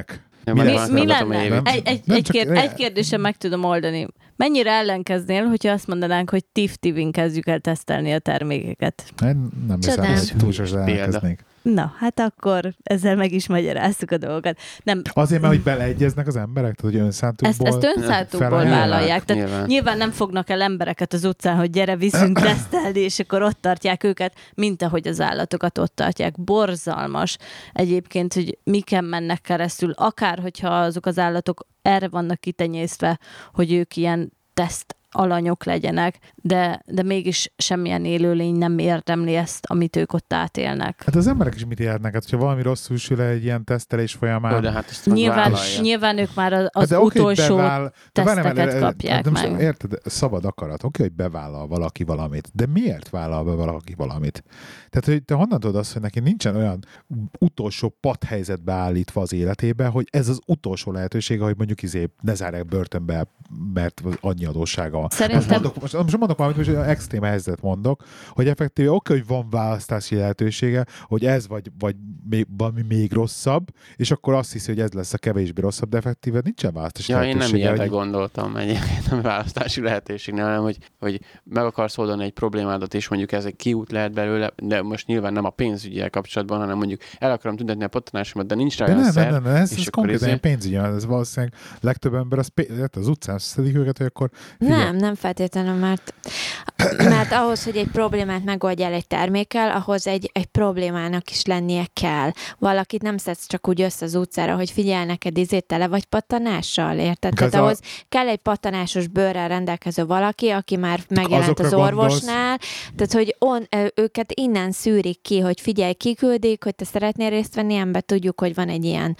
Mi lenne? Nem, Egy kérdésen meg tudom oldani. Mennyire ellenkeznél, hogyha azt mondanánk, hogy TIFF-TIV-in kezdjük el tesztelni a termékeket? Nem hiszem, hogy túl sosem elkeznék. Na, hát akkor ezzel meg is magyaráztuk a dolgokat. Nem. Azért, mert hogy beleegyeznek az emberek, tehát hogy önszántukból Ezt önszántukból vállalják. Tehát nyilván nem fognak el embereket az utcán, hogy gyere, viszünk tesztelni, és akkor ott tartják őket, mint ahogy az állatokat ott tartják. Borzalmas egyébként, hogy miken mennek keresztül, akár hogyha azok az állatok erre vannak kitenyésztve, hogy ők ilyen teszt alanyok legyenek, de mégis semmilyen élőlény nem érdemli ezt, amit ők ott átélnek. Hát az emberek is mit érnek? Hát, hogyha valami rosszul sül egy ilyen tesztelés folyamán... De hát nyilván ők már az utolsó teszteket kapják meg. Érted? Szabad akarat. Oké, hogy bevállal valaki valamit. De miért vállal be valaki valamit? Tehát, hogy te honnan tudod azt, hogy neki nincsen olyan utolsó padhelyzetbe állítva az életébe, hogy ez az utolsó lehetősége, hogy mondjuk ne zárják börtönbe, mert annyi adóssága van. Szerintem... Most mondok valamit, hogy extrém helyzetet mondok, hogy effektíve hogy van választási lehetősége, hogy ez vagy valami még rosszabb, és akkor azt hiszi, hogy ez lesz a kevésbé rosszabb, de effektíve nincsen választási lehetősége. Én nem ilyenre gondoltam egyébként, nem választási lehetőség, hanem hogy meg akarsz oldani egy problémádat, és mondjuk ez egy kiút lehet belőle, de most nyilván nem a pénzügyel kapcsolatban, hanem mondjuk el akarom tüntetni a pattanásomat, de nincs rá olyan szer. Nem, ez konkrétan egy pénzügyi, ez valószínűleg legtöbb ember az utcán szedik őket, hogy akkor nem feltétlenül, mert ahhoz, hogy egy problémát megoldjál egy termékkel, ahhoz egy problémának is lennie kell. Valakit nem szedsz csak úgy össze az utcára, hogy figyelj, neked tele vagy pattanással, érted? Tehát ahhoz kell egy pattanásos bőrrel rendelkező valaki, aki már megjelent az orvosnál, tehát hogy őket innen szűrik ki, hogy figyelj, kiküldik, hogy te szeretnél részt venni, ebben tudjuk, hogy van egy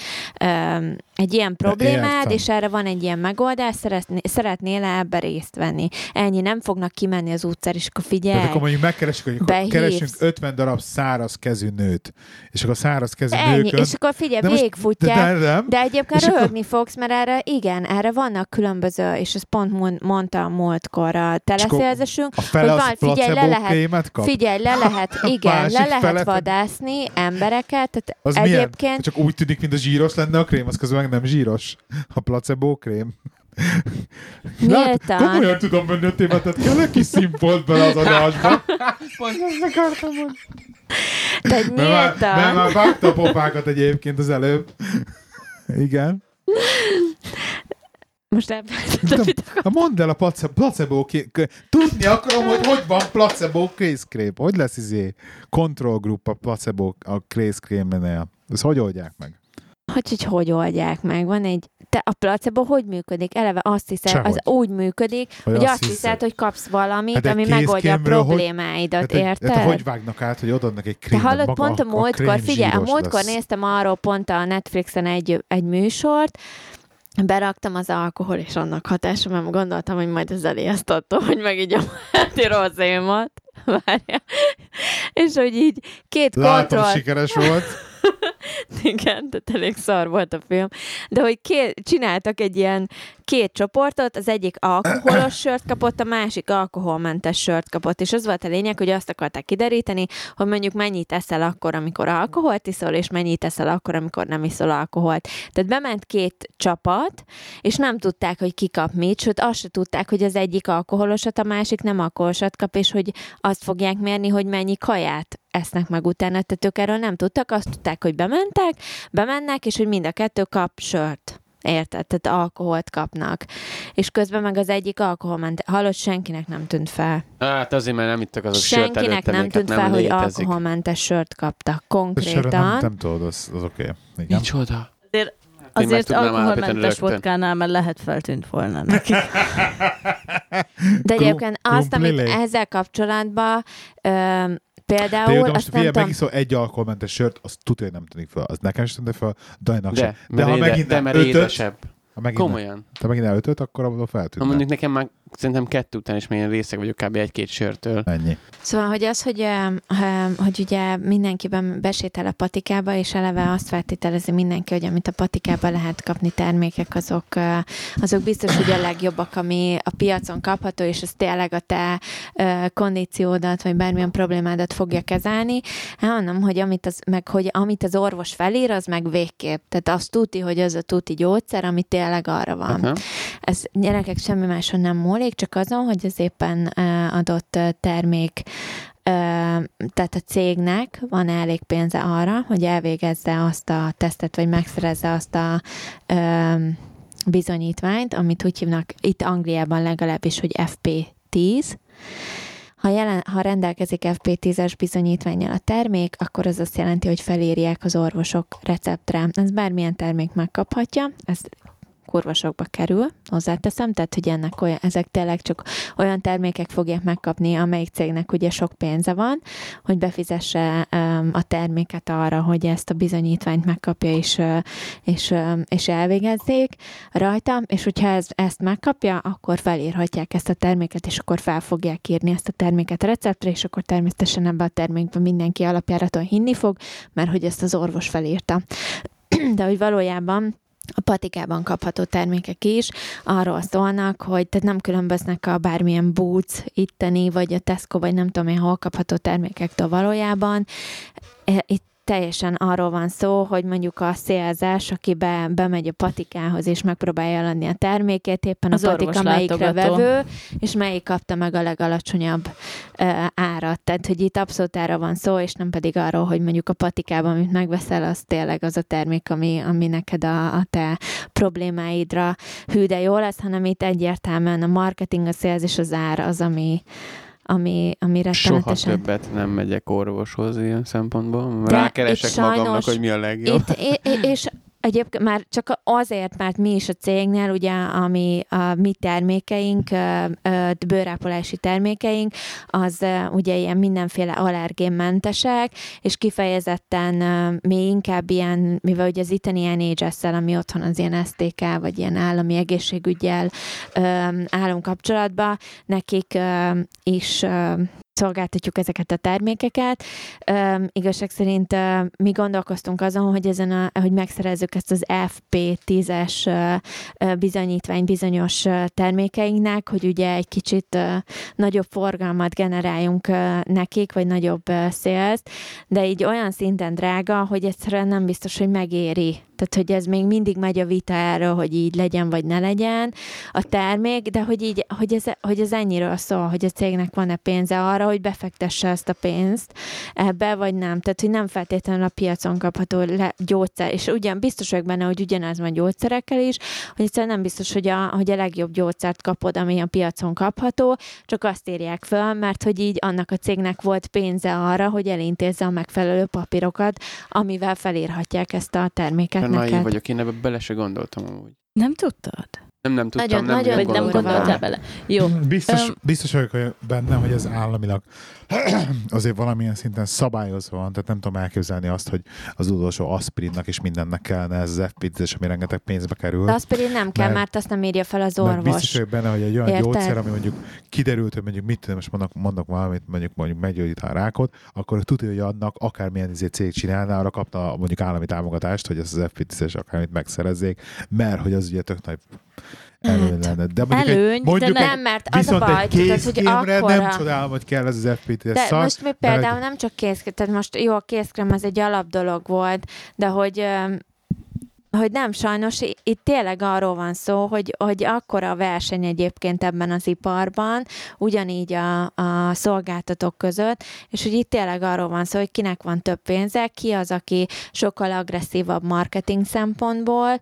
ilyen problémád, és erre van egy ilyen megoldás, szeretnél ebbe részt venni. Ennyi, nem fognak kimenni az utcára, és akkor figyelj. Tehát akkor mondjuk megkeresünk, hogy keresünk 50 darab száraz kezű nőt, és akkor száraz kezű nőkön... és akkor figyelj, végigfutják, de egyébként röhögni fogsz, mert erre vannak különböző, és ezt pont mondta a múltkor a teleszélzésünk, hogy le lehet vadászni embereket, tehát az egyébként... Milyen? Csak úgy tűnik, mint a zsíros lenne a krém, az közben meg nem zsíros. A placebo krém. Nyíltan. Komolyan tudom venni a témát, tehát kell egy kis színfolt bele az adásba. Pont ezt akartam mondani. Tehát nyíltan. Mert már vágta a popákat egyébként az előbb. Igen. Most elfelejtettem. Mondd el a placebo tudni akarom, hogy van placebo kézkrém. Hogy lesz control group a placebo a kézkrémnél? Ezt hogy oldják meg? Hogy oldják meg? Van egy... A placebo hogy működik? Eleve azt hiszed, az úgy működik, hogy azt hiszed, hogy kapsz valamit, ami megoldja a problémáidat, érted? Hát hogy vágnak át, hogy odadnak egy krémet? Te hallod, pont a múltkor, figyelj, a múltkor néztem arról pont a Netflixen egy műsort, beraktam az alkohol és annak hatása, mert gondoltam, hogy majd ez elijesztató, hogy megígyom heti rozémat. Várja. És hogy így Látom, sikeres volt. Igen, tehát elég szar volt a film. De hogy csináltak egy ilyen 2 csoportot, az egyik alkoholos sört kapott, a másik alkoholmentes sört kapott, és az volt a lényeg, hogy azt akarták kideríteni, hogy mondjuk mennyit eszel akkor, amikor alkoholt iszol, és mennyit eszel akkor, amikor nem iszol alkoholt. Tehát bement 2 csapat, és nem tudták, hogy ki kap mit, sőt azt se tudták, hogy az egyik alkoholosat, a másik nem alkoholosat kap, és hogy azt fogják mérni, hogy mennyi kaját esznek meg utána, tehát ők erről nem tudtak, azt tudták, hogy bemennek, és hogy mind a 2 kap sört. Érted? Tehát alkoholt kapnak. És közben meg az egyik alkoholmentes. Hallott, senkinek nem tűnt fel. Hát azért, mert nem ittak azok sört előtte. Senkinek nem tűnt fel, hogy alkoholmentes sört kaptak. Konkrétan. Nem tudod, az oké. Micsoda? Azért alkoholmentes vodkánál, mert lehet feltűnt volna neki. De egyébként azt, amit ezzel kapcsolatban például... De jó, de most figyelj, megiszol egy alkoholmentes sört, az tudja, hogy nem tűnik fel. Az nekem sem tűnik fel, Dajnak sem. De ha megint édesebb. Komolyan. Ha megint elötöt, akkor abban feltűnik. Mondjuk nekem már szerintem 2 után is még részeg vagyok kb. 1-2 sörtől. Ennyi. Szóval, hogy az, hogy ugye mindenkiben besétál a patikába, és eleve azt feltételezi mindenki, hogy amit a patikában lehet kapni termékek, azok biztos, hogy a legjobbak, ami a piacon kapható, és ez tényleg a te kondíciódat, vagy bármilyen problémádat fogja kezelni. Mondom, hogy amit az orvos felír, az meg végképp. Tehát azt tudti, hogy az a tuti gyógyszer, ami tényleg arra van. Aha. Ez gyerekek semmi máson nem múlik, csak azon, hogy az éppen adott termék, tehát a cégnek van elég pénze arra, hogy elvégezze azt a tesztet, vagy megszerezze azt a bizonyítványt, amit úgy hívnak itt Angliában legalábbis, hogy FP10. Ha rendelkezik FP10-es bizonyítvánnyal a termék, akkor az azt jelenti, hogy felírják az orvosok receptre. Ez bármilyen termék megkaphatja, ez kurva sokba kerül, hozzáteszem, tehát hogy ezek tényleg csak olyan termékek fogják megkapni, amelyik cégnek ugye sok pénze van, hogy befizesse a terméket arra, hogy ezt a bizonyítványt megkapja és elvégezzék rajta, és hogyha ezt megkapja, akkor felírhatják ezt a terméket, és akkor fel fogják írni ezt a terméket a receptre, és akkor természetesen ebben a termékben mindenki alapjáraton hinni fog, mert hogy ezt az orvos felírta. De hogy valójában a patikában kapható termékek is arról szólnak, hogy tehát nem különböznek a bármilyen Boots itteni, vagy a Tesco, vagy nem tudom én hol kapható termékektől valójában. Itt teljesen arról van szó, hogy mondjuk a szélzás, aki bemegy a patikához, és megpróbálja eladni a termékét, éppen az a patika melyikre látogató. vevő, és melyik kapta meg a legalacsonyabb árat. Tehát, hogy itt abszolút arra van szó, és nem pedig arról, hogy mondjuk a patikában, amit megveszel, az tényleg az a termék, ami neked a te problémáidra hű de jó lesz, hanem itt egyértelműen a marketing, a sales és az ár az, ami Soha rettenetesen... többet nem megyek orvoshoz ilyen szempontból. De Rákeresek itt magamnak, sajnos hogy mi a legjobb. És egyébként már csak azért, mert mi is a cégnél, ugye, ami a mi termékeink, bőrápolási termékeink, az ugye ilyen mindenféle allergénmentesek, és kifejezetten mi inkább ilyen, mivel ugye az itteni NHS-szel, ami otthon az ilyen STK, vagy ilyen állami egészségüggyel állunk kapcsolatba, nekik is szolgáltatjuk ezeket a termékeket. Igazság szerint mi gondolkoztunk azon, hogy hogy megszerezzük ezt az FP10-es bizonyítvány bizonyos termékeinknek, hogy ugye egy kicsit nagyobb forgalmat generáljunk nekik, vagy nagyobb szélzt, de így olyan szinten drága, hogy egyszerűen nem biztos, hogy megéri. Tehát, hogy ez még mindig megy a vita erről, hogy így legyen, vagy ne legyen a termék, de hogy ez ennyiről szól, hogy a cégnek van-e pénze arra, hogy befektesse ezt a pénzt ebbe, vagy nem. Tehát, hogy nem feltétlenül a piacon kapható gyógyszer, és ugyan biztos vagyok benne, hogy ugyanaz van gyógyszerekkel is, hogy egyszerűen nem biztos, hogy a legjobb gyógyszert kapod, ami a piacon kapható, csak azt írják föl, mert hogy így annak a cégnek volt pénze arra, hogy elintézze a megfelelő papírokat, amivel felírhatják ezt a terméket. Naív vagyok, én ebbe bele se gondoltam amúgy. Nem tudtad? Nem tudtam, Nagyon Vagy nem gondoltál bele? Jó. Biztos vagyok benne, hogy ez államilag azért valamilyen szinten szabályozva van, tehát nem tudom elképzelni azt, hogy az utolsó aspirinnak és mindennek kellene ez az FP10-es, ami rengeteg pénzbe kerül. De aspirin nem kell, mert azt nem írja fel az orvos. Biztos vagyok benne, hogy egy olyan Érted? gyógyszer, ami mondjuk kiderült, hogy mondjuk mit tudom, most mondok valamit, mondjuk meggyógyít a rákot, akkor tudja, hogy annak akármilyen cég csinálná, arra kapna mondjuk állami támogatást, hogy ezt az FP10-es akármit megszerezzék, mert hogy az ugye tök nagy előny lenne. De de nem, mert az a baj, tehát, hogy akkora... nem csodálom, hogy kell ez az FP10-es de szar. most mi például nem csak kézkrém, tehát most jó, a kézkrém az egy alap dolog volt, de hogy nem, sajnos itt tényleg arról van szó, hogy akkora a verseny egyébként ebben az iparban, ugyanígy a szolgáltatók között, és hogy itt tényleg arról van szó, hogy kinek van több pénze, ki az, aki sokkal agresszívabb marketing szempontból,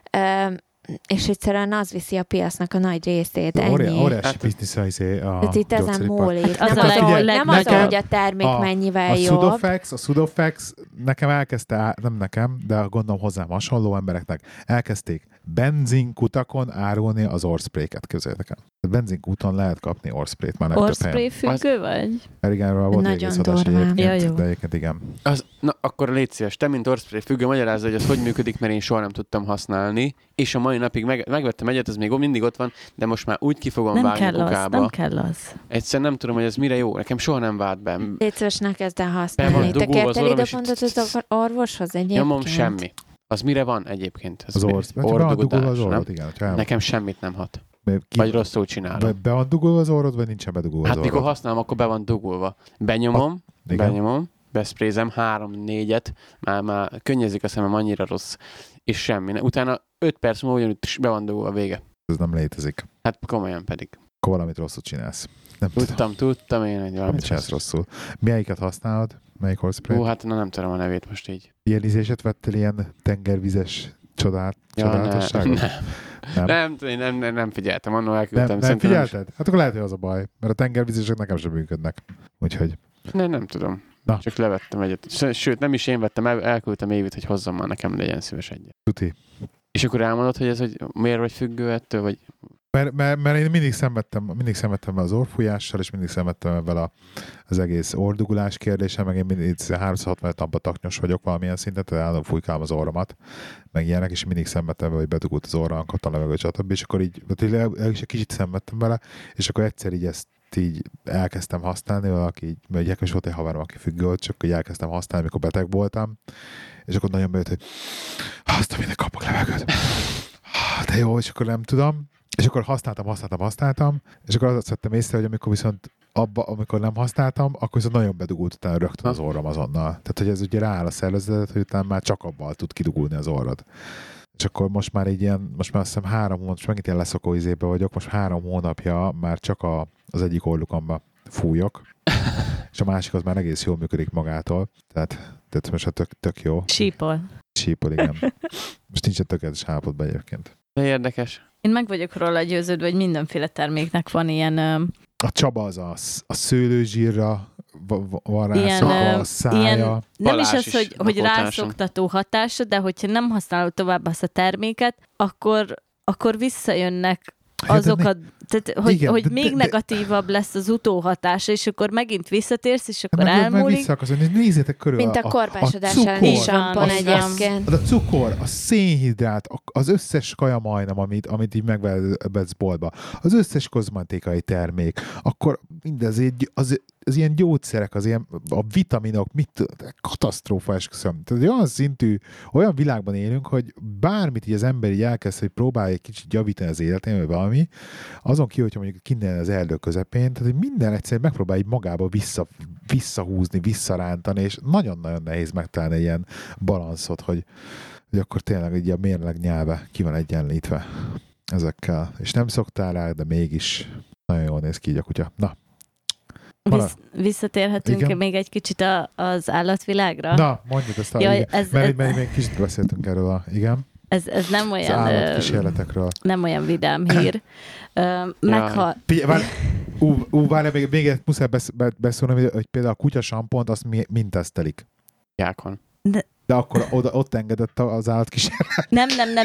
és egyszerűen az viszi a piacnak a nagy részét. Ennyi. Óriási biznisz a itt ezen múlik. Az Nem az, legnagyobb. hogy a termék mennyivel a jobb. A Sudaflex nekem elkezdte, nem nekem, de gondolom hozzám hasonló embereknek, elkezdték benzinkutakon árulni az orrspréket, közétek el. Benzinkúton lehet kapni orrsprét már legtöbb Orrspray helyen. függő vagy? Igen, volt Nagyon egész adás durván. egyébként, Ja, jó. de egyébként igen. Na, akkor légy szíves, te, mint orrspray függő, magyarázza, hogy az hogy működik, mert én soha nem tudtam használni, és a mai napig megvettem egyet, az még mindig ott van, de most már úgy ki fogom Nem vágni kell az, kukába. nem kell az. Egyszerűen nem tudom, hogy ez mire jó. Nekem soha nem vált be. Légy szíves, ne kezd el Be van használni. Te dugulva az kértél orrom, és időpontot az orvoshoz egyébként? Nyomom semmi. Az mire van egyébként? Az orrdugulva az orrdugudás, nem? orrod, igen. Nekem semmit nem hat. Ki, Vagy rosszul csinálom. be van dugulva az orrod, vagy nincsen bedugulva Hát az mikor orrod? használom, akkor be van dugulva. Benyomom, Igen. beszprézem 3-4-et, már könnyezik a szemem, annyira rossz, és semmi. Utána 5 perc múlva ugyanúgy be van dugulva a vége. Ez nem létezik. Hát komolyan pedig. Akkor valamit rosszul csinálsz. Nem tudom, Tudtam én, hogy mit valamit csinálsz rosszul. Melyiket használod? Melyik horspray? Hát nem tudom a nevét most így. Ilyen ízéset vettél, ilyen tengervizes csodálatosságot? Nem figyeltem, annól elküldtem. Nem figyelted? Hát akkor lehet, hogy az a baj, mert a tengervizesek nekem sem működnek. Úgyhogy... Nem tudom. Na. Csak levettem egyet. Sőt, nem is én vettem, elküldtem Évit, hogy hozzam már nekem, legyen szíves egyet. Tuti. És akkor elmondod, hogy ez, hogy miért vagy függő ettől, vagy... Mert én mindig szenvedtem az orrfújással, és mindig szenvedtem ebben az egész orrdugulás kérdéssel, meg én mindig 365 napban taknyos vagyok valamilyen szinten, tehát állandóan fújkálom az orromat, meg ilyenek, és mindig szenvedtem vele, hogy bedugult az orram, kapta a levegőt, stb. És akkor így, egy kicsit szenvedtem vele, és akkor egyszer így ezt így elkezdtem használni, valaki így, mert volt egy haverom, aki függő volt, csak így elkezdtem használni, amikor beteg voltam, és akkor nagyon bejött, hogy azt, aminek kapok levegőt. De jó, és akkor nem tudom. És akkor használtam, és akkor azt vettem észre, hogy amikor nem használtam, akkor viszont nagyon bedugult utána rögtön az orrom azonnal. Tehát, hogy ez ugye rááll a szervezetet, hogy utána már csak abban tud kidugulni az orrod. És akkor most már azt hiszem 3 hónap, most megint ilyen leszokó izébe vagyok, most 3 hónapja már csak az egyik orrukamba fújok, és a másik az már egész jól működik magától. Tehát most tök jó. Sípol, igen. Most nincsen tökéletes állapotban egyébként. De érdekes. Én meg vagyok róla győződve, hogy mindenféle terméknek van ilyen... A Csaba az a szőlőzsírra van Ilyen, rászokva, a szája. nem Balázs is az, is hogy lakótársam. rászoktató hatása, de hogyha nem használod tovább azt a terméket, akkor visszajönnek azok a... Tehát, hogy még negatívabb lesz az utóhatása, és akkor megint visszatérsz, és akkor Meg elmúlik. vissza akarsz, hogy nézzétek körül. Mint a korpásodás cukor, elleni Így van, sampon így van. egyébként. a cukor, a szénhidrát, az összes kaja majdnem, amit így megvehetsz boltba, az összes kozmetikai termék, akkor mindez az ilyen gyógyszerek, a vitaminok, katasztrófa, esküszöm. Tehát olyan szintű, olyan világban élünk, hogy bármit így az ember így elkezd, hogy próbálja egy kicsit javítani az életén, vagy valami, azon ki, hogyha mondjuk kinnen az erdő közepén, tehát hogy minden egyszerűen megpróbál így magába visszahúzni, visszarántani, és nagyon-nagyon nehéz megtalálni ilyen balanszot, hogy akkor tényleg így a mérleg nyelve ki van egyenlítve ezekkel. És nem szoktál rá, de mégis nagyon jól néz ki így a kutya. Na, Visszatérhetünk Igen. még egy kicsit az állatvilágra? Na, mondjuk ezt Jaj, mert még kicsit beszéltünk erről, igen. Ez nem Az olyan, állatkísérletekről. nem olyan vidám hír. Várj, még muszáj beszélni, hogy például a kutyasampont azt mind tesztelik. Jákon. De akkor ott engedett az állatkísérlet. Nem.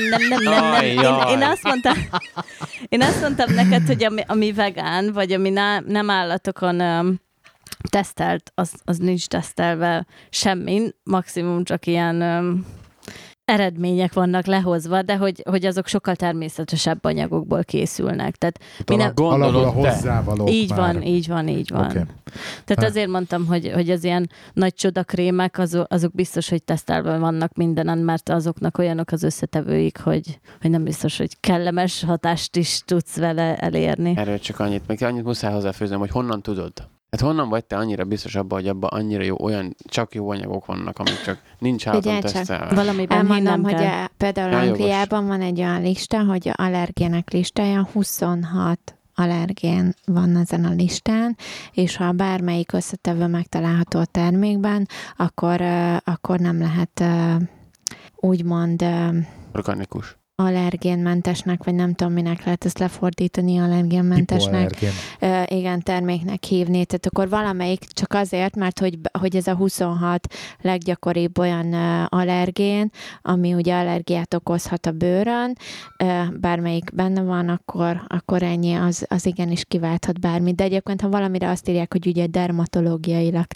Én azt mondtam neked, hogy ami vegán, vagy ami nem állatokon tesztelt, az nincs tesztelve semmin, maximum csak ilyen eredmények vannak lehozva, de hogy azok sokkal természetesebb anyagokból készülnek. Tehát Alapból a hozzávalók így már. van. Okay. Tehát azért mondtam, hogy az ilyen nagy csodakrémek, azok biztos, hogy tesztelve vannak mindenen, mert azoknak olyanok az összetevőik, hogy nem biztos, hogy kellemes hatást is tudsz vele elérni. Erről csak annyit muszáj hozzáfőznöm, hogy honnan tudod? Hát honnan vagy te annyira biztos abban, hogy abban annyira jó, csak jó anyagok vannak, amik csak nincs állaton tesztelve? Valamiben Elmondom, hogy kell. például Angliában van egy olyan lista, hogy allergének listája 26 allergén van ezen a listán, és ha bármelyik összetevő megtalálható a termékben, akkor nem lehet úgymond... Organikus. allergénmentesnek, vagy nem tudom, minek lehet ezt lefordítani, allergénmentesnek. Igen, terméknek hívni. Tehát akkor valamelyik csak azért, mert hogy ez a 26 leggyakoribb olyan allergén, ami ugye allergiát okozhat a bőrön, bármelyik benne van, akkor ennyi, az igenis kiválthat bármit. De egyébként, ha valamire azt írják, hogy ugye dermatológiailag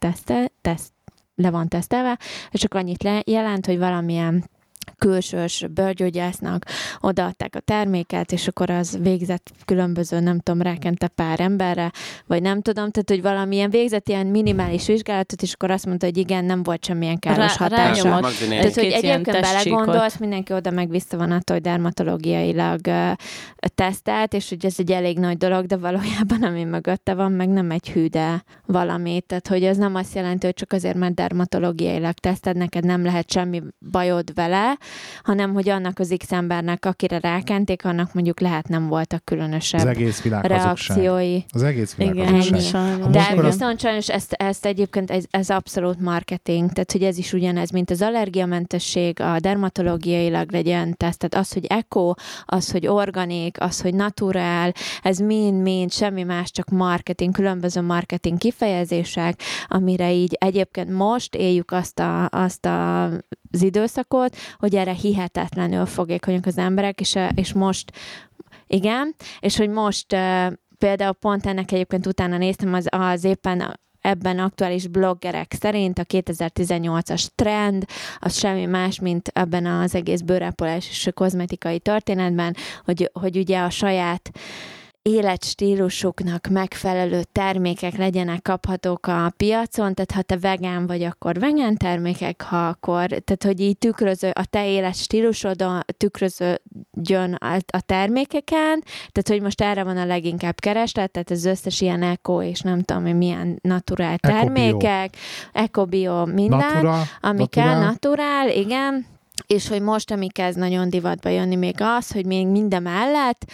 le van tesztelve, és csak annyit jelent, hogy valamilyen külsős bőrgyógyásznak odaadták a terméket, és akkor az végzett különböző, nem tudom, rákente pár emberre, vagy nem tudom, tehát, hogy valamilyen végzett ilyen minimális vizsgálatot, és akkor azt mondta, hogy igen, nem volt semmilyen káros hatása. Tehát, hogy egyébként belegondolsz, mindenki oda meg vissza van attól, hogy dermatológiailag tesztelt, és hogy ez egy elég nagy dolog, de valójában ami mögötte van, meg nem egy hűde valami. Tehát, hogy ez nem azt jelenti, hogy csak azért, mert dermatológiailag teszted, neked nem lehet semmi bajod vele, hanem hogy annak az X embernek, akire rákenték, annak mondjuk lehet nem voltak különösebb az egész világ reakciói. Az egész világ hazugság. De viszont sajnos ezt egyébként ez abszolút marketing, tehát hogy ez is ugyanez, mint az allergiamentesség, a dermatológiailag legyen teszt, tehát az, hogy eko, az, hogy organik, az, hogy naturál, ez mind, semmi más, csak marketing, különböző marketing kifejezések, amire így egyébként most éljük azt az időszakot, hogy erre hihetetlenül fogékonyak az emberek, és most, igen, és hogy most például pont ennek egyébként utána néztem, az éppen ebben aktuális bloggerek szerint a 2018-as trend, az semmi más, mint ebben az egész bőrápolás és kozmetikai történetben, hogy ugye a saját életstílusuknak megfelelő termékek legyenek kaphatók a piacon, tehát ha te vegán vagy, akkor vegán termékek, ha akkor, tehát hogy így a te életstílusodon tükröződjön a termékeken, tehát hogy most erre van a leginkább kereslet, tehát az összes ilyen eko és nem tudom, hogy milyen naturál termékek, eko-bio, minden, ami kell, naturál, igen, és hogy most, ami kezd nagyon divatba jönni még az, hogy még minden mellett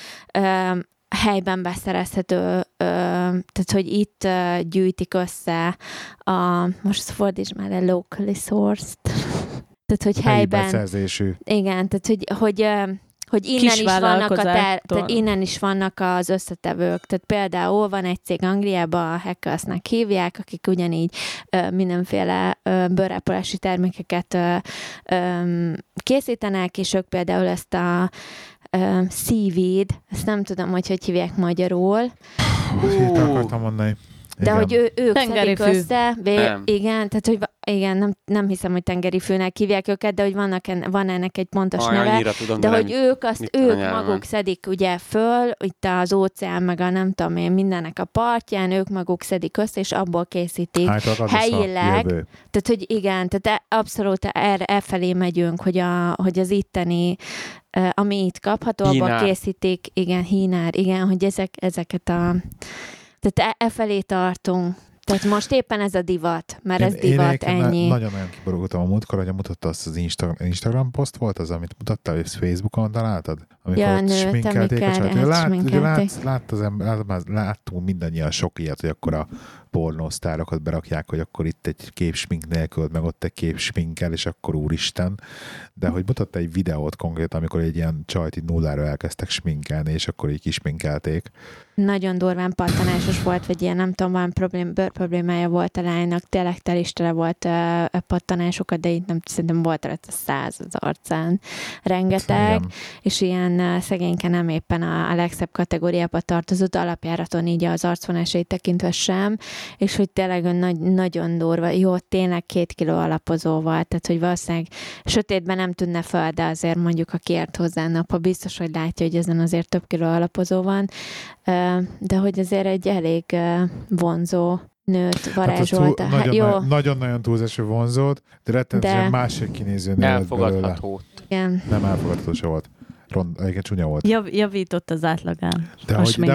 helyben beszerezhető, tehát hogy itt gyűjtik össze most fordíts már el locally sourced, tehát hogy helyben beszerzésű. Igen, tehát hogy innen is vannak az összetevők. Tehát például van egy cég Angliában, a Hackersnek hívják, akik ugyanígy mindenféle bőrápolási termékeket készítenek, és ők például ezt a seaweed, ezt nem tudom, hogy hívják magyarul. Itt akartam mondani. De igen. hogy ők szedik össze, igen, tehát hogy igen, nem hiszem, hogy tengeri fűnek hívják őket, de hogy van ennek egy pontos neve, tudom, de hogy ők maguk szedik ugye föl, itt az óceán, meg a nem tudom én, mindennek a partján, ők maguk szedik össze, és abból készítik helyileg. Tehát, hogy igen, tehát abszolút e felé megyünk, hogy az itteni ami itt kapható, abból készítik, igen, hínár, igen, hogy ezeket tehát e felé tartunk. Tehát most éppen ez a divat, mert ez divat, ennyi. Nagyon-nagyon kiborultam a múltkor, hogy mutatta azt az Instagram poszt volt, az, amit mutattál, és Facebookon találtad? Amikor sminkelték a csajt. Láttunk mindannyian sok ilyet, hogy akkor a pornósztárokat berakják, hogy akkor itt egy képsmink nélkül, meg ott egy képsminkkel, és akkor úristen. De hogy mutatta egy videót konkrétan, amikor egy ilyen csajt így nullára elkezdtek sminkelni, és akkor így kisminkelték. Nagyon durván pattanásos volt, vagy ilyen nem tudom, van bőr problémája volt a lánynak, tényleg telistele volt pattanásokat, de itt nem szerintem volt rá 100 az arcán. Rengeteg, és ilyen szegényke nem éppen a legszebb kategóriába tartozott, alapjáraton így az arcvonásait tekintve sem, és hogy tényleg nagyon durva, jó, tényleg 2 kiló alapozóval, tehát hogy valószínűleg sötétben nem tűnne fel, de azért mondjuk, aki ért hozzá nappal, biztos, hogy látja, hogy ezen azért több kiló alapozó van, de hogy azért egy elég vonzó nőt varázsolt. Nagyon-nagyon túlzású vonzót, de rettenetesen másik kinéző nő elfogadható. Igen. Nem elfogadható se volt. Egyébként csúnya volt. Javított az átlagán. De hogy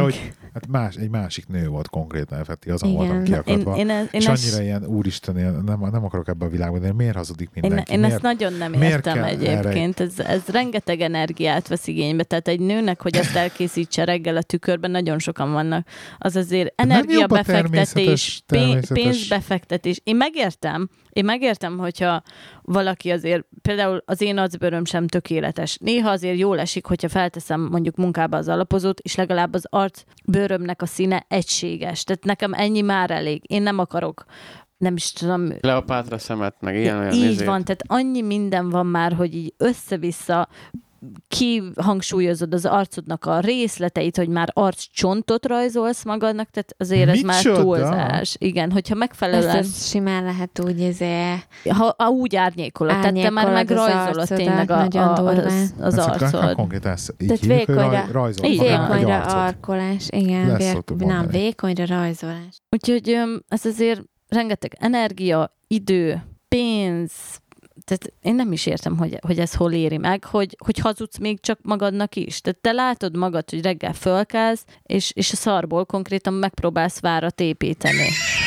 Hát egy másik nő volt konkrétan effektív, azon Igen. voltam kiakadva. Én És annyira ilyen, úristen, nem akarok ebbe a világba, de miért hazudik mindenki? Én ezt nagyon nem miért értem kell egyébként. Ez rengeteg energiát vesz igénybe. Tehát egy nőnek, hogy ezt elkészítse reggel a tükörben, nagyon sokan vannak. Az azért energiabefektetés, pénzbefektetés. Én megértem, hogyha valaki azért, például az én arcbőröm sem tökéletes. Néha azért jól esik, hogyha felteszem mondjuk munkába az alapozót, és legalább az arcbőrömnek a színe egységes. Tehát nekem ennyi már elég. Én nem akarok, nem is tudom. Kleopátra szemet, meg ilyen így van, tehát annyi minden van már, hogy így össze-vissza kihangsúlyozod az arcodnak a részleteit, hogy már arccsontot rajzolsz magadnak, tehát azért ez már túlzás. Igen, hogyha megfelelően... Ezt simán lehet úgy, ha úgy árnyékolod, tehát te már megrajzolod tényleg az arcod. Konkrétan tehát vékonyra rajzolod. arkolás, igen. Vékonyra rajzolás. Úgyhogy ez azért rengeteg energia, idő, pénz, tehát én nem is értem, hogy ez hol éri meg, hogy hazudsz még csak magadnak is. Tehát te látod magad, hogy reggel fölkelsz, és a szarból konkrétan megpróbálsz várat építeni.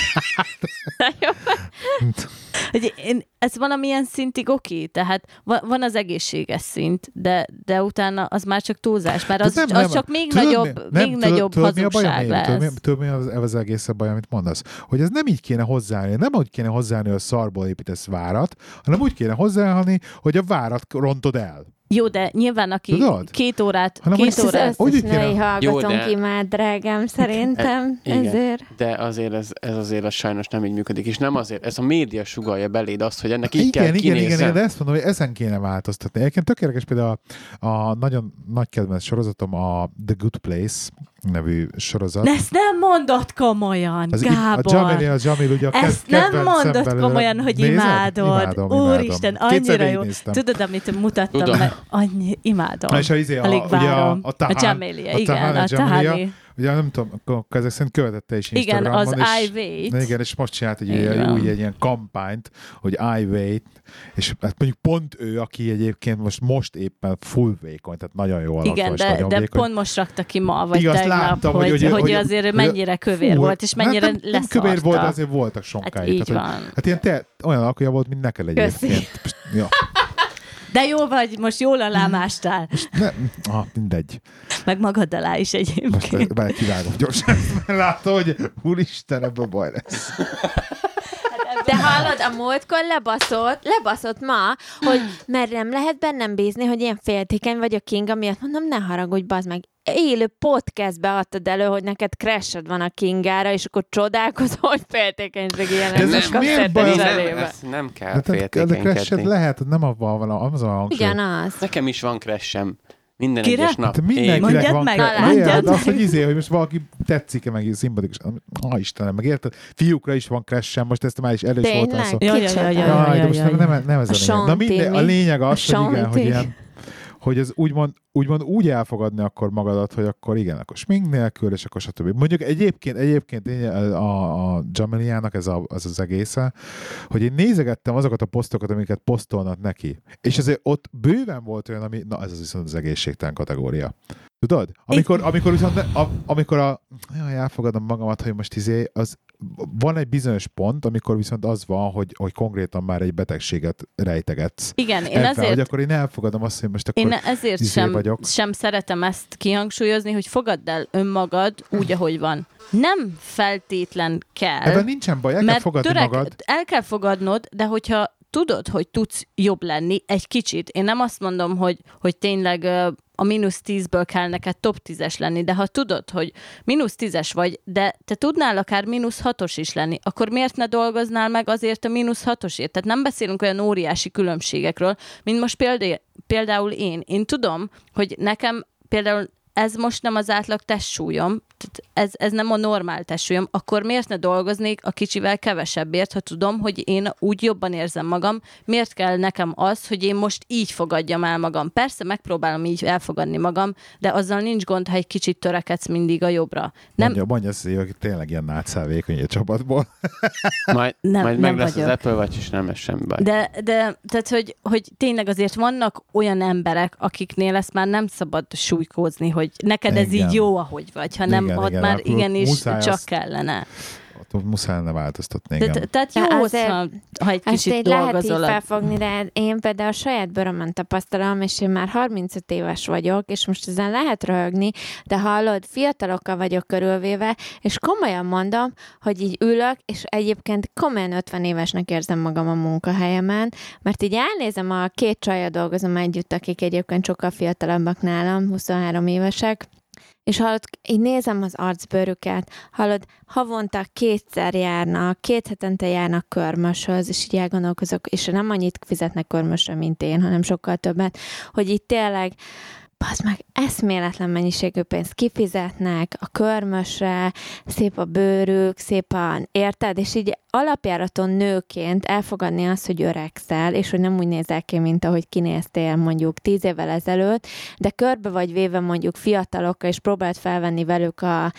Ez valamilyen szintig oké, tehát van az egészséges szint, de utána az már csak túlzás, mert az csak még nagyobb hazugság lesz. Tudod, mi az egész baj, amit mondasz? Hogy ez nem így kéne hozzáállni, nem úgy kéne hozzáállni, hogy a szarból építesz várat, hanem úgy kéne hozzáállni, hogy a várat rontod el. Jó, de nyilván aki Tudod? két órát... Összes női hallgatónk imád, drágám, szerintem. Ezért. De azért ez azért sajnos nem így működik, és nem azért, ez a média sugallja beléd azt, hogy ennek így kell kinézzen. Igen, de ezt mondom, hogy ezen kéne változtatni. Egyébként tökéletes például a nagyon nagy kedvenc sorozatom, a The Good Place nevű sorozat. Ezt nem mondod komolyan, Gábor. A Jamil ugye a ezt nem mondod komolyan, hogy imádod. Úristen, annyira jó. Tudod, amit mutattam meg? Annyi, imádom. És alig várom. A Jamelia, igen, a Tahani. Ugye nem tudom, ezek szerint követette is Instagramon. Igen, az I Wait. Igen, és most csinált egy ilyen kampányt, hogy I Wait, és hát mondjuk pont ő, aki egyébként most éppen full vékony, tehát nagyon jó alakos, igen, nagyon de vékony. pont most rakta ki ma, vagy igaz, tegnap, láttam, hogy azért mennyire kövér volt, és mennyire nem kövér volt, azért voltak sonkái. Hát így van. Hát ilyen olyan alakja volt, mint neked egyébként. Ja. De jó vagy, most jól alámástál. Mindegy. Meg magad alá is egyébként. Most kivágom gyorsan, mert látom, hogy úristen, ebből baj lesz. De hallod, a múltkor lebaszott ma, hogy mert nem lehet bennem bízni, hogy ilyen féltékeny vagy a Kinga miatt. Mondom, ne haragudj, bazd meg. Élő podcastbe adtad elő, hogy neked crashod van a Kingára, és akkor csodálkozol, hogy féltékenység ilyenek. Nem kell féltékenykedni. De crashod lehet, nem abban van az a hangsúly. Ugyanaz. Nekem is van crashem. Minden egyes nap. Mindenkinek van mondjad az, hogy most valaki tetszik-e, meg szimpatikus. Istenem, meg érted? Fiúkra is van crashem, most ezt már is elő is voltál szó. Jaj. Most nem ez a lényeg. A lényeg az, hogy igen, hogy ilyen, hogy ez úgymond úgy elfogadni akkor magadat, hogy akkor igen, akkor smink nélkül, és akkor stb. Mondjuk egyébként a Jameliának ez az egésze, hogy én nézegettem azokat a posztokat, amiket posztolnak neki. És azért ott bőven volt olyan, ami, na ez az viszont az egészségtelen kategória. Tudod? Amikor viszont, elfogadom magamat, hogy most az van egy bizonyos pont, amikor viszont az van, hogy konkrétan már egy betegséget rejtegetsz. Igen, én ezért... Hogy akkor én elfogadom azt, hogy most akkor én ezért sem szeretem ezt kihangsúlyozni, hogy fogadd el önmagad úgy, ahogy van. Nem feltétlen kell. Ebben nincsen baj, el kell fogadni magad. El kell fogadnod, de hogyha tudod, hogy tudsz jobb lenni egy kicsit. Én nem azt mondom, hogy tényleg a -10-ből kell neked top 10-es lenni, de ha tudod, hogy -10-es vagy, de te tudnál akár -6-os is lenni, akkor miért ne dolgoznál meg azért a -6-osért? Tehát nem beszélünk olyan óriási különbségekről, mint most például én. Én tudom, hogy nekem például ez most nem az átlag testsúlyom, ez nem a normál testsúlyom, akkor miért ne dolgoznék a kicsivel kevesebbért, ha tudom, hogy én úgy jobban érzem magam, miért kell nekem az, hogy én most így fogadjam el magam. Persze megpróbálom így elfogadni magam, de azzal nincs gond, ha egy kicsit törekedsz mindig a jobbra. Mondja azt, hogy tényleg ilyen nátszálvékony a csapatból. Majd meg lesz az Apple Watch, és nem ez sem baj. De tehát, hogy tényleg azért vannak olyan emberek, akiknél ezt már nem szabad súlykózni, hogy hogy neked ez Igen. így jó, ahogy vagy, hanem Igen, ott igen, már akkor igenis muszáj csak azt- kellene. Ott muszáj lenne változtatni, igen. Tehát jó, De azért- ha egy Ezt kicsit így lehet így dolgozol. felfogni, de én például a saját bőrömön tapasztalom, és én már 35 éves vagyok, és most ezen lehet röhögni, de hallod, fiatalokkal vagyok körülvéve, és komolyan mondom, hogy így ülök, és egyébként komolyan 50 évesnek érzem magam a munkahelyemen, mert így elnézem, a 2 csajjal dolgozom együtt, akik egyébként sokkal fiatalabbak nálam, 23 évesek, és hallod, így nézem az arcbőrüket, hallod, havonta 2-szer járnak, 2 hetente járnak körmöshöz, és így elgondolkozok, és nem annyit fizetnek körmösre, mint én, hanem sokkal többet, hogy itt tényleg bazd meg, eszméletlen mennyiségű pénzt kifizetnek a körmösre, szép a bőrük, szépen, érted? És így alapjáraton nőként elfogadni azt, hogy öregszel, és hogy nem úgy nézel ki, mint ahogy kinéztél mondjuk 10 évvel ezelőtt, de körbe vagy véve mondjuk fiatalokkal, és próbáld felvenni velük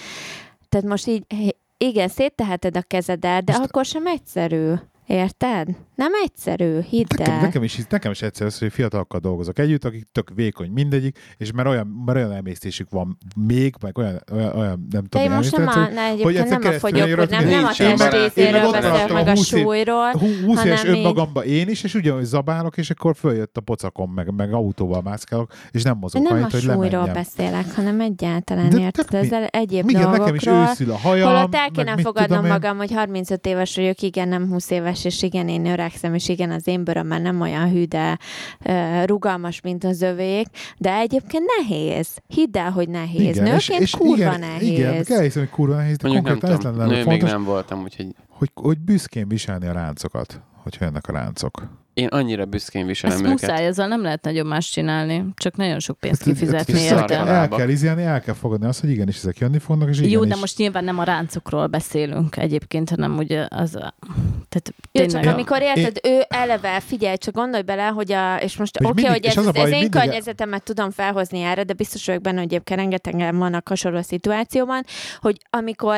Tehát most így, igen, szétteheted a kezedet, de Most akkor sem egyszerű. Érted? Nem egyszerű, hidd el. Nekem is egyszerű az, hogy fiatalokkal dolgozok együtt, akik tök vékony mindegyik, és mert olyan emésztésük van még, meg olyan nem De tudom, én most nem a fogyókúr, nem a testrészéről beszélek, meg a súlyról, 20 éves hanem önmagamba én is, és ugyanúgy zabálok, és akkor följött a pocakom, meg autóval mászkálok, és nem mozog nem annyit, a hogy súlyról lemenjem. beszélek, hanem egyáltalán De érted, ezzel egyéb igen, nekem is dolgokról. őszül a hajam, Holott el kéne meg mit fogadnom tudom én. magam, hogy 35 éves vagyok, igen, nem 20 éves, és igen, én öregszem, és igen, az én bőröm már nem olyan hű, de rugalmas, mint az övék, de egyébként nehéz. Hidd el, hogy nehéz. Igen, Nőként kurva igen, nehéz. Igen, elhiszem, hogy kurva nehéz, de Mondjuk nem konkrétan ez tudom, lenne nő még fontos, nem voltam, úgyhogy hogy büszkén viselni a ráncokat, hogyha jönnek a ráncok. én annyira büszkén viselem Ezt őket. muszáj, ezzel nem lehet nagyon más csinálni, csak nagyon sok pénzt Hát, kifizetni ez szar. érte. El kell izélni, el kell fogadni azt, hogy igenis ezek jönni fognak, és Jó, igenis. de most nyilván nem a ráncokról beszélünk egyébként, hanem ugye az a... Tehát Jó, tényleg... csak amikor érted, ő eleve, figyelj, csak gondolj bele, hogy és most És oké, mindig- hogy és az a baj, ez hogy én mindig- környezetemet tudom felhozni erre, de biztos vagyok benne, hogy egyébként rengetegen vannak hasonló szituációban, hogy amikor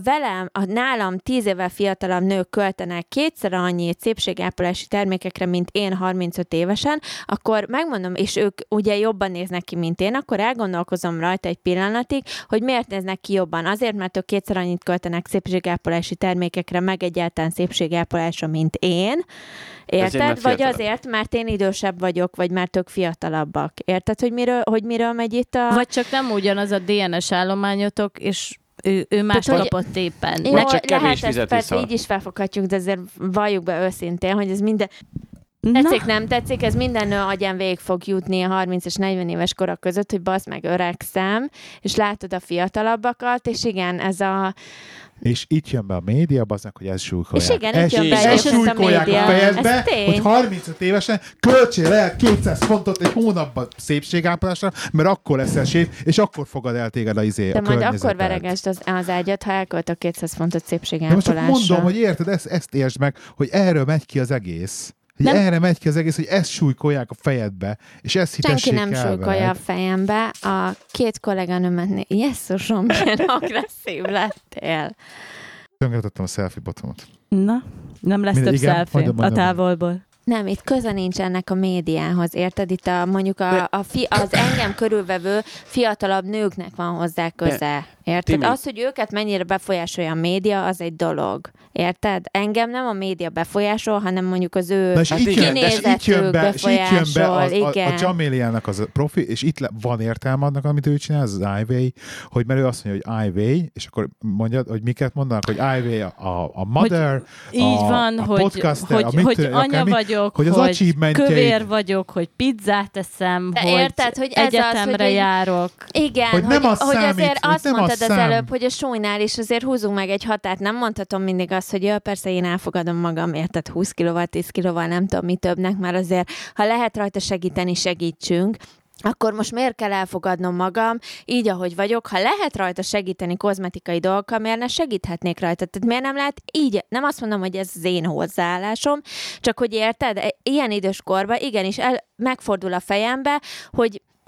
a nálam 10 évvel fiatalabb nők költenek 2-szer annyi szépségápolási termékekre, mint én 35 évesen, akkor megmondom, és ők ugye jobban néznek ki, mint én, akkor elgondolkozom rajta egy pillanatig, hogy miért néznek ki jobban. Azért, mert ők 2-szer annyit költenek szépségápolási termékekre, meg egyáltalán szépségápolásra, mint én. Érted? mert Vagy fiatalabb. azért, mert én idősebb vagyok, vagy mert ők fiatalabbak. Érted, hogy miről megy itt a... Vagy csak nem ugyanaz a DNS állományotok, és ő más Tehát, hogy- kapott éppen. Jó, Vagy csak kevés lehet ezt vizet persze iszol. így is felfoghatjuk, de azért valljuk be őszintén, hogy ez minden... Na, Tetszik, nem tetszik, ez minden nő agyán végig fog jutni a 30 és 40 éves korak között, hogy basz meg öregszem, és látod a fiatalabbakat, és igen, ez a... És itt jön be a média, bazdnak, hogy ez súlykolják. És igen, itt jön be, és ezt és ez a súlykolják média. a fejedbe, Ez tény. hogy 35 évesen költsél el 200 fontot egy hónapban szépségápolásra, mert akkor leszel séf, és akkor fogad el téged a De majd környezeted. akkor veregesd az ágyat, ha elköltök 200 fontot De most csak szépségápolásra. mondom, hogy érted, ezt értsd meg, hogy erről megy ki az egész. Hogy Nem. erre megy ki az egész, hogy ezt súlykolják a fejedbe, és ezt Senki hitessék nem el súlykolja a veled. fejembe. A 2 kolléganőmet Jesszusom, milyen agresszív lettél. Tönkretettem a selfie botomat. na, nem lesz Mindegy, több igen, selfie mondom, a mondom. távolból. Nem, itt köze nincs ennek a médiához, érted? Itt mondjuk az engem körülvevő fiatalabb nőknek van hozzá köze, érted? Timi. Az, hogy őket mennyire befolyásolja a média, az egy dolog, érted? Engem nem a média befolyásol, hanem mondjuk az ő Na és Hát itt igen, jön, és itt jön be, és itt jön be befolyásol, a igen. Jaméliának az a profi, és itt van értelme annak, amit ő csinál, az Ivy, hogy mert ő azt mondja, hogy Ivy, és akkor mondjad, hogy miket mondanak, hogy Ivy a mother, Így van, a hogy, podcaster, hogy anya akármi, vagyok, hogy az achievementjei- kövér vagyok, hogy pizzát eszem, De hogy érted, hogy ez az, egyetemre hogy- járok. Igen, Hogy nem az hogy számít, azért hogy azt nem mondtad az az szám. előbb, hogy a súlynál is azért húzunk meg egy határt. Nem mondhatom mindig azt, hogy persze én elfogadom magam, érted 20 kilóval, 10 kilóval, nem tudom mi többnek, már azért, ha lehet rajta segíteni, segítsünk. Akkor most miért kell elfogadnom magam, így, ahogy vagyok, ha lehet rajta segíteni kozmetikai dolgokkal, miért ne segíthetnék rajta? Tehát miért nem lehet így? Nem azt mondom, hogy ez az én hozzáállásom, csak hogy érted, ilyen idős korban igenis megfordul a fejembe, hogy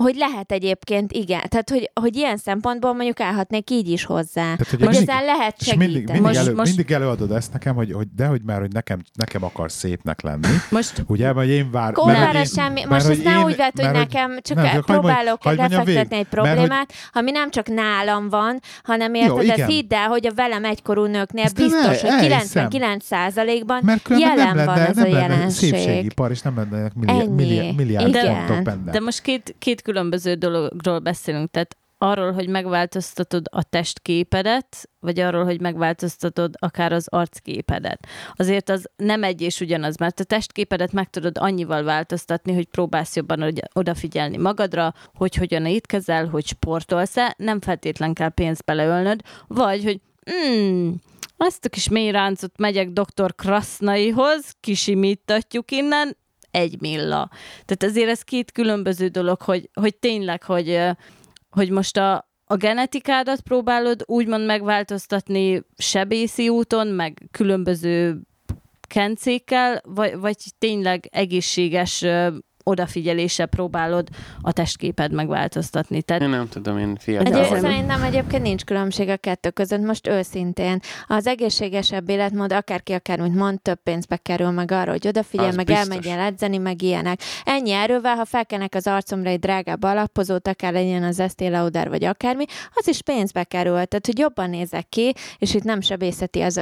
hogy lehet egyébként, igen. Tehát, hogy ilyen szempontból mondjuk állhatnék így is hozzá. Tehát, hogy hogy ezen lehet segíteni. Mindig előadod ezt nekem, hogy nekem akar szépnek lenni. Most ugye, vagy én Kóvára semmi. Most ezt ne úgy vett, hogy nekem csak próbálok lefektetni egy problémát, ami nem csak nálam van, hanem érted, ezt hidd el, hogy a velem egykorú nőknél biztos, hogy 99%-ban jelen van ez a jelenség. Szépségipar, és nem lennének milliárd pontok benne. De most két különböző dologról beszélünk, tehát arról, hogy megváltoztatod a testképedet, vagy arról, hogy megváltoztatod akár az arcképedet. Azért az nem egy és ugyanaz, mert a testképedet meg tudod annyival változtatni, hogy próbálsz jobban odafigyelni magadra, hogy hogyan étkezel, hogy sportolsz-e, nem feltétlen kell pénzt beleölnöd, vagy, hogy azt a kis mélyráncot megyek dr. Krasznaihoz, kisimítatjuk innen, 1 milla. Tehát azért ez két különböző dolog, hogy tényleg, hogy most a genetikádat próbálod úgymond megváltoztatni sebészi úton, meg különböző kencékkel, vagy tényleg egészséges odafigyeléssel próbálod a testképed megváltoztatni. Tehát... Én nem tudom, én fiatal vagyok. Szerintem egyébként nincs különbség a kettő között, most őszintén. Az egészségesebb életmód, akárki akármit mond, több pénzbe kerül meg arra, hogy odafigyel, az meg biztos. Elmegyél edzeni, meg ilyenek. Ennyi erővel, ha felkelnek az arcomra egy drágább alapozót, akár legyen az Estée Lauder, vagy akármi, az is pénzbe kerül. Tehát, hogy jobban nézek ki, és itt nem sebészeti az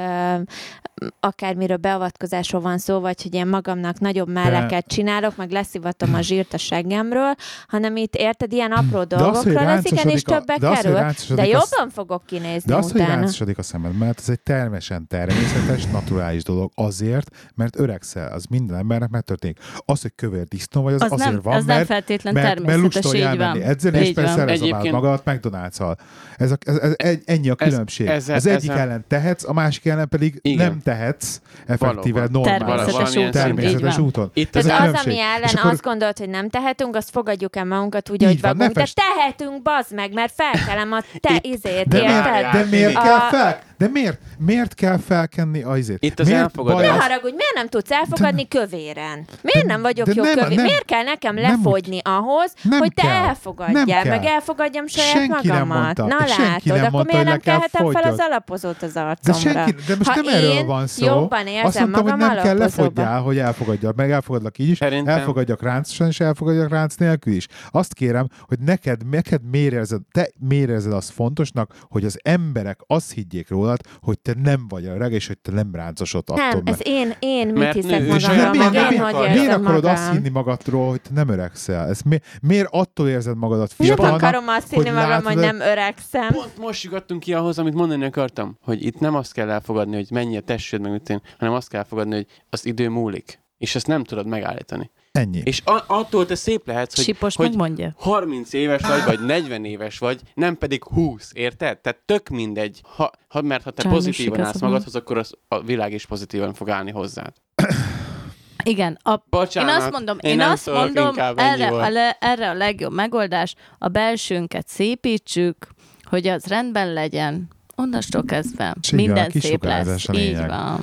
akármiről beavatkozásról van szó, vagy hogy én magamnak nagyobb melleket csinálok, meg leszivatom a zsírt a seggemről, hanem itt érted, ilyen apró dolgokra lesz, igenis többek kerül, de jobban fogok kinézni utána. De az, hogy ráncosodik a szemed, mert ez egy természetes, naturális dolog azért, mert öregszel, az minden embernek megtörténik. Az, hogy kövér disznó vagy, az azért van, nem feltétlen természetes, lustolj elmenni edzeni, és persze elrezabáld magadat McDonald's-al. Ennyi a különbség. Az egyik ellen tehetsz, a másik ellen pedig nem tehetsz effektíve normális, természetes úton. Ez az, ami ellen azt gondolt, hogy nem tehetünk, azt fogadjuk el magunkat úgy, hogy vagyunk. De tehetünk, bazd meg, mert felkelem a te izét, érted? De miért kell fel? De miért kell felkenni a izét? Itt az elfogadás. Ne haragudj, miért nem tudsz elfogadni kövéren? Miért nem vagyok jó kövér? Miért kell nekem lefogyni ahhoz, hogy te elfogadjál, meg elfogadjam saját magamat? Na látod, akkor miért nem kelhetem fel az alapozót az arcomra? De most nem erről van szó. Jobban érzem magam hogy nem kell lefogyjál, hogy elfogadjak, meg elfogadlak így is, elfogadjak ráncosan, és elfogadjak ránc nélkül is. Azt kérem, hogy neked miért érzed azt fontosnak, hogy az emberek azt higgyék rólad, hogy te nem vagy a reg, és hogy te nem ráncosod attól. Nem, ez én mit hiszek magamról, miért akarod azt hinni magadról, hogy te nem öregszel? Miért attól érzed magadat fiatalnak? Nem akarom azt hinni magam, hogy nem öregszem. Pont most jutottunk ki ahhoz, amit mondani akartam, hogy itt nem azt kell elfogadni, hogy mennyi a testsőd, meg mit én, hanem azt kell elfogadni, hogy az idő múlik. És ezt nem tudod megállítani. Ennyi. És attól te szép lehetsz, hogy 30 éves vagy 40 éves vagy, nem pedig 20, érted? Tehát tök mindegy. Mert ha te pozitívan állsz magadhoz, akkor a világ is pozitívan fog állni hozzád. Igen. Bocsánat, én azt mondom erre a legjobb megoldás, a belsőnket szépítsük, hogy az rendben legyen. Onnastól kezdve minden szép lesz. Így van.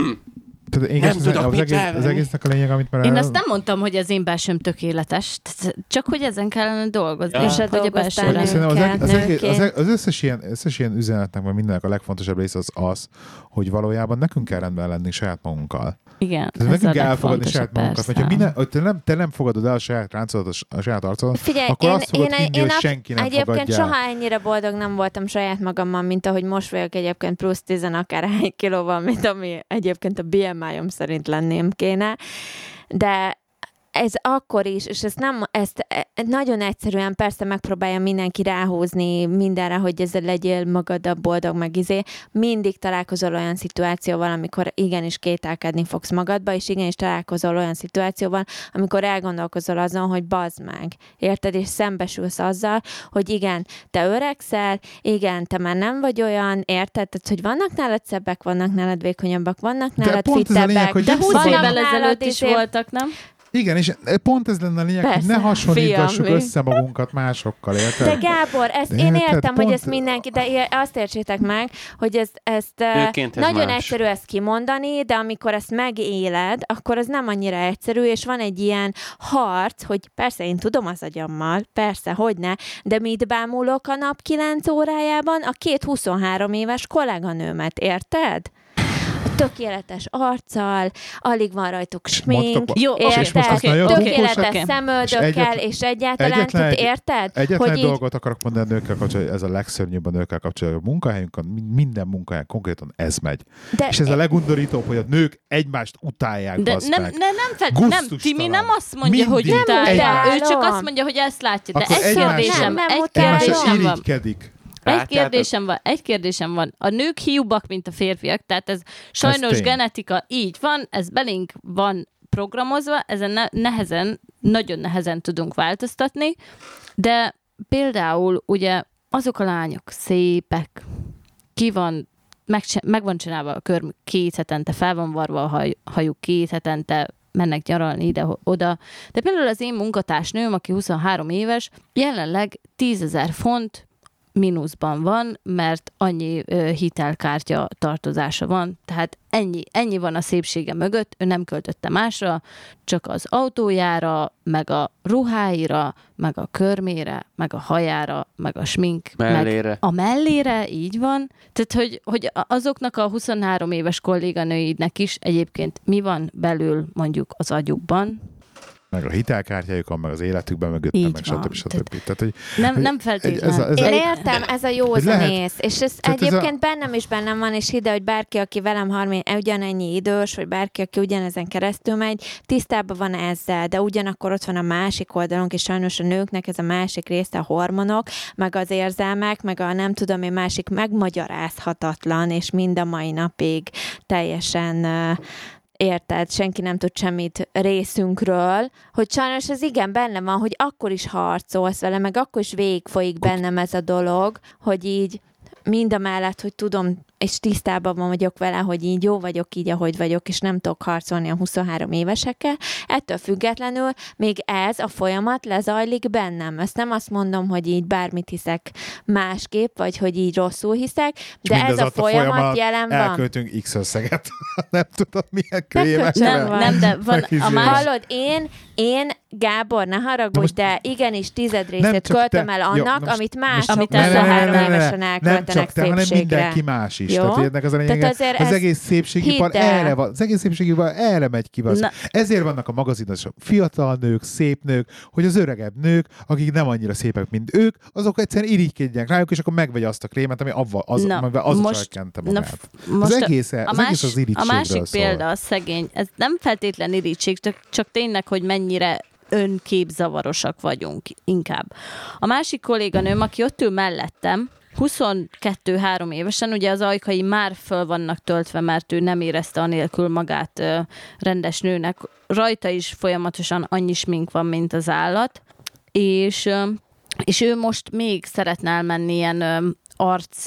Az egésznek a lényeg, amit már... Én azt nem mondtam, hogy az én belsőm tökéletes, csak hogy ezen kellene dolgozni. És hogy a belsőre az összes ilyen üzenetnek, vagy mindennek a legfontosabb része az, hogy valójában nekünk kell rendben lenni saját magunkkal. Igen. Nekünk kell elfogadni saját magunkat. Hogyha te nem fogadod el a saját ráncodat, a saját arcodat, akkor azt fogod hinni, hogy senki nem fogadja. Egyébként soha ennyire boldog nem voltam saját magammal, mint ahogy most vagyok egyébként plusz 10 akárhány kilóval, mint ami egyébként a BMI-om szerint lenném kéne. De ez akkor is, és ezt nagyon egyszerűen persze megpróbálja mindenki ráhúzni mindenre, hogy ezzel legyél magaddal boldog, meg mindig találkozol olyan szituációval, amikor igenis kételkedni fogsz magadba, és igenis találkozol olyan szituációval, amikor elgondolkozol azon, hogy bazd meg, érted, és szembesülsz azzal, hogy igen, te öregszel, igen, te már nem vagy olyan, érted, tehát, hogy vannak nálad szebbek, vannak nálad vékonyabbak, vannak nálad fittebbek, de 20 évvel ezelőtt is voltak, nem? Igen, és pont ez lenne a lényeg, hogy Persze, ne hasonlítassuk fiam, össze magunkat másokkal, érted? De Gábor, ezt De én érted, értem, hogy pont- ezt mindenki, de azt értsétek meg, hogy ezt Nőként ez nagyon más. egyszerű ezt kimondani, de amikor ezt megéled, akkor az nem annyira egyszerű, és van egy ilyen harc, hogy persze én tudom az agyammal, persze, hogyne, de mit bámulok a nap 9 órájában? A 2 23 éves kolléganőmet, érted? Tökéletes arccal, alig van rajtuk smink, Mondtok- Jó, érted? és most azt nagyon Tökéletes oké. szemöldökkel, és egyáltalán, egyetlen egy- érted? Egyetlen Hogy egy így- dolgot akarok mondani a nőkkel kapcsolatban, ez a legszörnyűbb a nőkkel kapcsolatban. A munkahelyünkön, minden munkahelyen konkrétan ez megy. De És ez a legundorítóbb, hogy a nők egymást utálják, De bazd nem, meg. nem, Gusztustalan. Timi nem azt mondja, hogy Mindig utálja. Ő csak utálom. azt mondja, hogy ezt látja. De Akkor egy egymásra- kérdésem, Nem egy utálom. Egymásra kérdésem van. irigykedik. Egy kérdésem van. A nők hiúbbak, mint a férfiak, tehát ez sajnos tény. genetika így van, ez belénk van programozva, ezen nagyon nehezen tudunk változtatni, de például ugye azok a lányok szépek, meg van csinálva a körmük 2 hetente, fel van varva a hajuk 2 hetente, mennek nyaralni ide-oda. De például az én munkatársnőm, aki 23 éves, jelenleg 10 000 font mínuszban van, mert annyi hitelkártya tartozása van. Tehát ennyi van a szépsége mögött, ő nem költötte másra, csak az autójára, meg a ruháira, meg a körmére, meg a hajára, meg a smink, Mellére. meg a mellére, így van. Tehát, hogy azoknak a 23 éves kolléganőidnek is egyébként mi van belül mondjuk az agyukban, Meg a hitelkártyájukon, meg az életükben mögöttem, Így meg van. stb. Tehát, hogy nem feltétlenül. ez Én értem, ez a józanész, és ez Tehát ez egyébként bennem van, és ide, hogy bárki, aki velem ugyanennyi idős, vagy bárki, aki ugyanezen keresztül megy, tisztában van ezzel, de ugyanakkor ott van a másik oldalunk, és sajnos a nőknek ez a másik része a hormonok, meg az érzelmek, meg a nem tudom én másik megmagyarázhatatlan, és mind a mai napig teljesen érted, senki nem tud semmit részünkről, hogy sajnos ez igen benne van, hogy akkor is harcolsz vele, meg akkor is végigfolyik bennem ez a dolog, hogy így mind a mellett, hogy tudom, és tisztában vagyok vele, hogy így jó vagyok így, ahogy vagyok, és nem tudok harcolni a 23 évesekkel. Ettől függetlenül még ez a folyamat lezajlik bennem. Ezt nem azt mondom, hogy így bármit hiszek másképp, vagy hogy így rosszul hiszek, de ez a folyamat jelen van. Elköltünk X összeget. Nem tudom, milyen Nem kölyvekre. van. Nem, de van a más... Hallod, én Gábor, ne haragudj, de igenis 10 részét csak költöm te. el Jó, annak, most- amit mások Amit 23 ne, évesen nem elköltenek csak te, hanem szépségre. mindenki más is. Jó? Tehát ennek az a lényege, Tehát azért az ezt egész szépségipar hidd el. erre van. Az egész szépségipar erre megy ki. Na. Ezért vannak a magazinosok fiatal nők, szép nők, hogy az öregebb nők, akik nem annyira szépek, mint ők, azok egyszerűen irigykedjenek rájuk, és akkor megvegye azt a krémet, ami az csökkente magát. Az egész az irigységről a másik szól. példa a szegény, ez nem feltétlen irigység, csak tényleg, hogy mennyire önképzavarosak vagyunk inkább. A másik kolléganőm, aki ott ül mellettem, 22-3 évesen, ugye az ajkai már föl vannak töltve, mert ő nem érezte anélkül magát rendes nőnek. Rajta is folyamatosan annyi smink van, mint az állat, és ő most még szeretne elmenni ilyen arc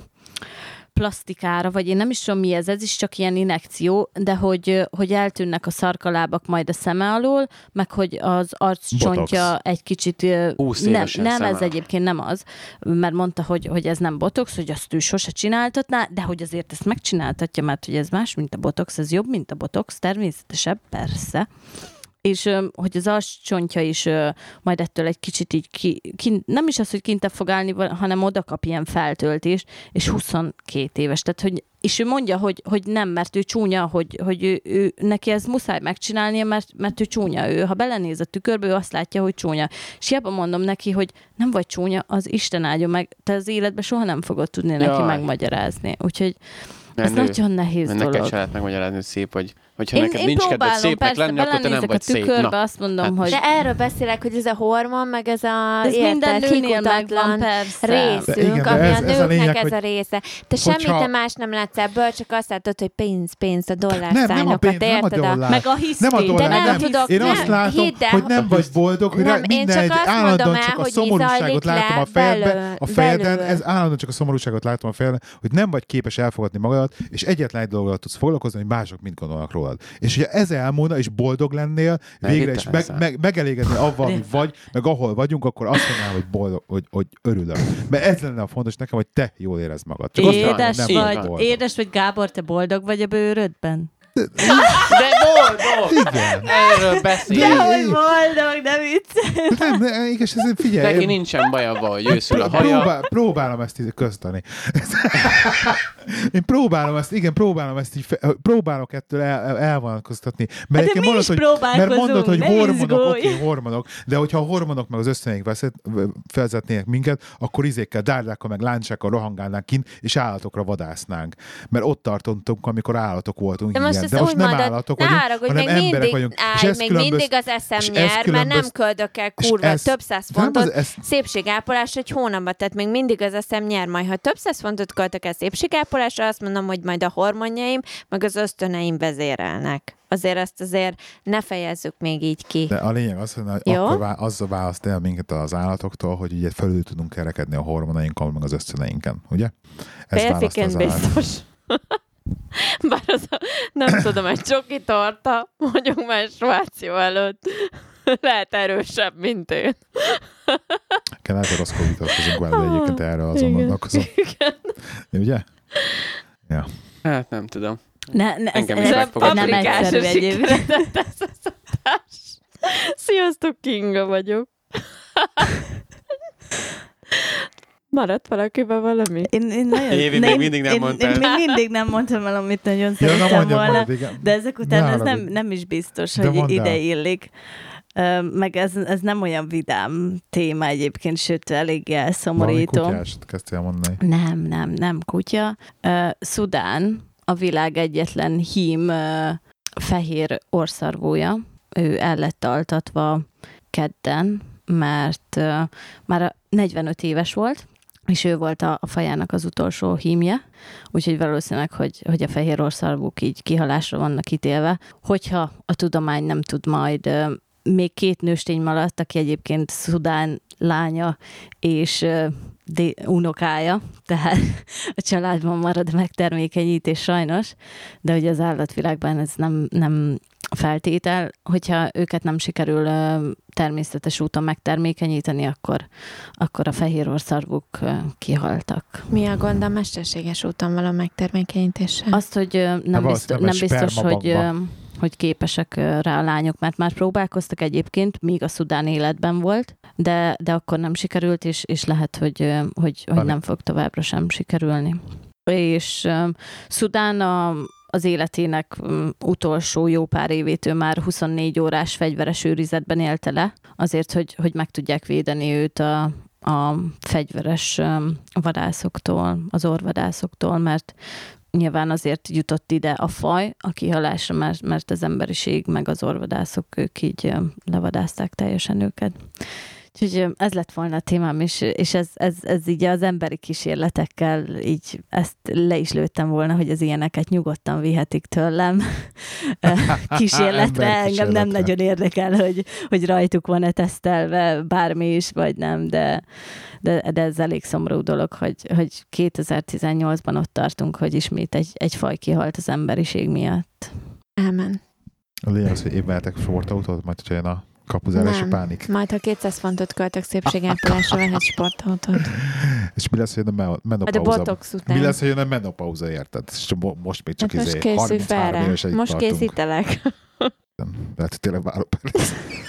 plastikára, vagy én nem is tudom mi ez is csak ilyen injekció, de hogy eltűnnek a szarkalábak majd a szeme alól, meg hogy az arccsontja Botox. egy kicsit... 20 nem, évesen ez szeme. egyébként nem az, mert mondta, hogy ez nem botox, hogy azt ő sose csináltatná, de hogy azért ezt megcsináltatja, mert hogy ez más, mint a botox, ez jobb, mint a botox, természetesebb, persze. És hogy az arccsontja is majd ettől egy kicsit így nem is az, hogy kintebb fog állni, hanem oda kap ilyen feltöltést, és 22 éves. Tehát, hogy, és ő mondja, hogy nem, mert ő csúnya, hogy ő neki ez muszáj megcsinálnia, mert ő csúnya. Ő, ha belenéz a tükörbe, ő azt látja, hogy csúnya. És hiába mondom neki, hogy nem vagy csúnya, az Isten áldja meg, te az életben soha nem fogod tudni neki megmagyarázni. Úgyhogy ez nagyon nehéz dolog. Neked se lehet megmagyarázni, hogy szép vagy. Hogyha Én neked nincs kedved próbálom, szépnek persze, lenni, akkor te nem belenézek vagy a szép. tükörbe, Na, azt mondom, hát- hogy... De erről beszélek, hogy ez a hormon, meg ez a ez minden nőnél megvan, kikutatlan persze. részünk, De igen, de ami ez a a nőknek lényeg, ez hogy- a része. Te semmit hogyha- te más nem látsz ebből, csak azt látod, hogy pénz, a Nem a dollárszájnokat, pénz, nem a érted? dollár. Meg a hiszti. Nem a dollár, De nem nem. tudok, Én nem, azt látom, hidd el, hogy nem vagy boldog, hogy Nem, én minden csak egy azt állandóan mondom el, csak a hogy mi szomorúságot zajlik látom le a fejedben, belül. ez állandóan csak a szomorúságot látom a fejedben, hogy nem vagy képes elfogadni magadat, rólad, és egyetlen egy dologgal tudsz foglalkozni, hogy mások mit gondolnak rólad. És hogyha ez elmúlna, és boldog lennél, végre is megelégedni avval, ami vagy, meg ahol vagyunk, akkor azt mondanám, hogy boldog, hogy örülök. Mert ez lenne a fontos nekem, hogy te jól érezd magad. Csak édes vagy, Gábor, te boldog vagy a bőrödben? De boldog! Igen. Erről beszélünk. De hogy boldog, de vicc. Nem, igaz, figyelj. Neki nincsen baj abban, hogy őszül a haja. Próbálom ezt így köztani. Én próbálom ezt így, próbálok ettől elvonatkoztatni. Mert de mi is próbálkozunk, mondod, hogy hormonok, izgulj. hormonok, de hogyha a hormonok meg az ösztöneink vezetnének minket, akkor izékkel, dárdákkal, meg láncsákkal rohangálnánk kint, és állatokra vadásznánk. Mert ott tartottunk, amikor állatok voltunk. De most nem állatok vagyunk, hanem emberek vagyunk. Még mindig az eszem nyer, mert nem köldök el kurva több száz fontot szépségápolásra egy hónapban, tehát még mindig az eszem nyer. Majd ha több száz fontot költök el szépségápolásra, azt mondom, hogy majd a hormonjaim, meg az ösztöneim vezérelnek. Azért ne fejezzük még így ki. De a lényeg az, hogy akkor azzal választ el minket az állatoktól, hogy így felül tudunk kerekedni a hormonainkkal, meg az ösztöneinken, ugye? Férfiként biztos. Bár az nem tudom, egy csoki torta, mondjuk menstruáció előtt lehet erősebb, mint én. Lehet, hogy rosszkor vitatkozunk vele, de egyébként erről azon gondolkozom. Ugye? Ja. Hát nem tudom. Engem is megfogadni. nem egyszerű egyébként. Sziasztok, Kinga vagyok. Maradt valakiben valami? Évi még mindig nem mondtál. Én még mindig nem mondtam el, amit nagyon szerettem volna, de ezek után ez nem is biztos, hogy ide illik. Meg ez nem olyan vidám téma egyébként, sőt, elég elszomorító. Valami kutyásot kezdtél mondani. Nem kutya. Szudán a világ egyetlen hím fehér orrszarvója. Ő el lett altatva kedden, mert már 45 éves volt, és ő volt a fajának az utolsó hímje, úgyhogy valószínűleg, hogy a fehér orrszarvúk így kihalásra vannak ítélve. Hogyha a tudomány nem tud majd még 2 nőstény maradt, aki egyébként Szudán lánya és unokája, tehát a családban marad megtermékenyítés sajnos, de ugye az állatvilágban ez nem feltétel, hogyha őket nem sikerül természetes úton megtermékenyíteni, akkor a fehér orrszarvúk kihaltak. Mi a gond a mesterséges úton való megtermékenyítéssel? Azt, hogy nem biztos hogy képesek rá a lányok, mert már próbálkoztak egyébként, míg a Szudán életben volt, de akkor nem sikerült, és lehet, hogy nem fog továbbra sem sikerülni. És Szudán az életének utolsó jó pár évét ő már 24 órás fegyveres őrizetben élte le, azért, hogy meg tudják védeni őt a fegyveres vadászoktól, az orvadászoktól, mert nyilván azért jutott ide a faj a kihalásra, mert az emberiség meg az orvadászok, ők így levadázták teljesen őket. Úgyhogy ez lett volna a témám is, és ez így az emberi kísérletekkel így ezt le is lőttem volna, hogy az ilyeneket nyugodtan vihetik tőlem. Kísérletre engem nem nagyon érdekel, hogy rajtuk van-e tesztelve bármi is, vagy nem, de ez elég szomorú dolog, hogy 2018-ban ott tartunk, hogy ismét egy faj kihalt az emberiség miatt. Amen. A lényeg az, hogy ébeltek sportautót, majd hogyha jön a kapuzárási pánik. Majd ha 200 fontot költök szépségápolásra, vehet sportautót. És mi lesz, hogy jön a menopauza? A botox után. Mi lesz, hogy jön a menopauza, érted? Most még csak hát most készülj fel évesen itt most tartunk. Készítelek. Lehet, hogy tényleg várok perc.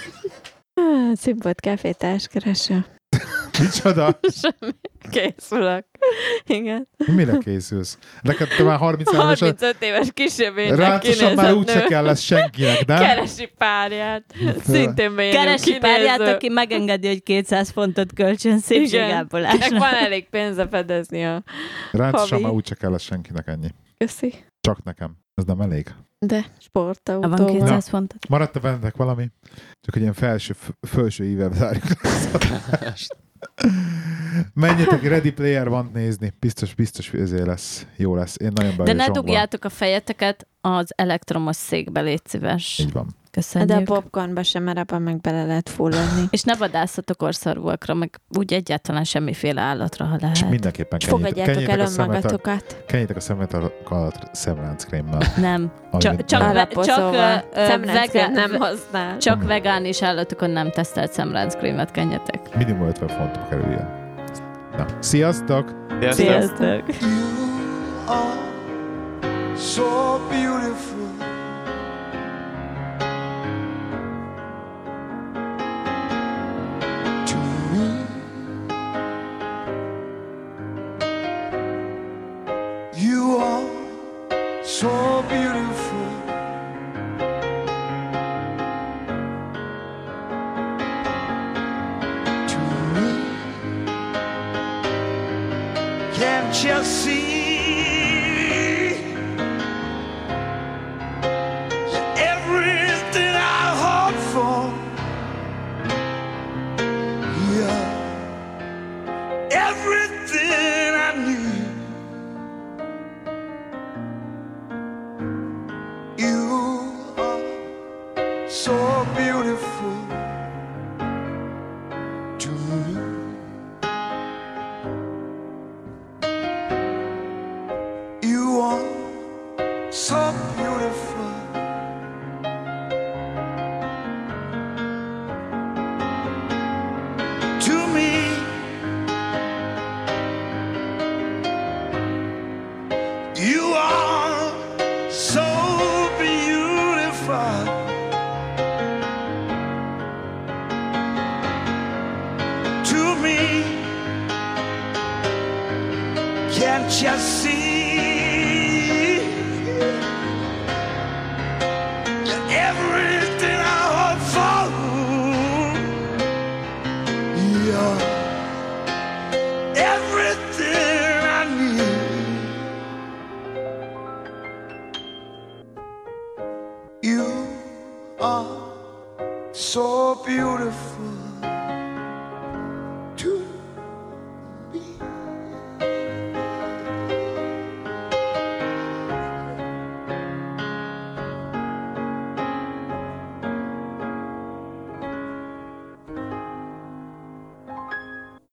Színpad kávétárs kereső. Micsoda? Semmi. Készülök. Igen. Mire készülsz? Neked te már 35 éves kisebbénynek rátosan már úgyse kell lesz senkinek, de? Keresi párját. Szintén beérjük Keresi párját, aki megengedi, hogy 200 fontot költsön szépségápolásra. Nek van elég pénze fedezni a rátosan már úgyse kell lesz senkinek ennyi. Köszi. Csak nekem. Ez nem elég. De sportautó. Van 200 fontot. Maradt-e bennetek valami? Csak hogy ilyen felső ível zárjuk az adást. Menjetek Ready Player One nézni. Biztos ezért lesz. Jó lesz. Én nagyon de ne dugjátok a fejeteket az elektromos székbe, légy szíves. Így van. Köszönjük. De a popcornba sem, mert abban meg bele lehet fulladni. És ne vadászatok orszarvúakra, meg úgy egyáltalán semmiféle állatra, ha lehet. És mindenképpen Fogadjátok el önmagatokat. kenjétek a szemeteket szemránckrémmel. Nem. Amiben- Nem használ. Csak vegán és állatokon nem tesztelt szemránckrémet kenjetek. Minimum 50 fontba kerüljen. Na, sziasztok! Sziasztok! You are so beautiful. To me, you are so beautiful. To me, can't you see? Everything I hope for, yeah, everything I need. You are so beautiful to me. You are so beautiful. To me, you are so beautiful. To me, can't you see? Everything I hope for, yeah, everything I need. You are so beautiful.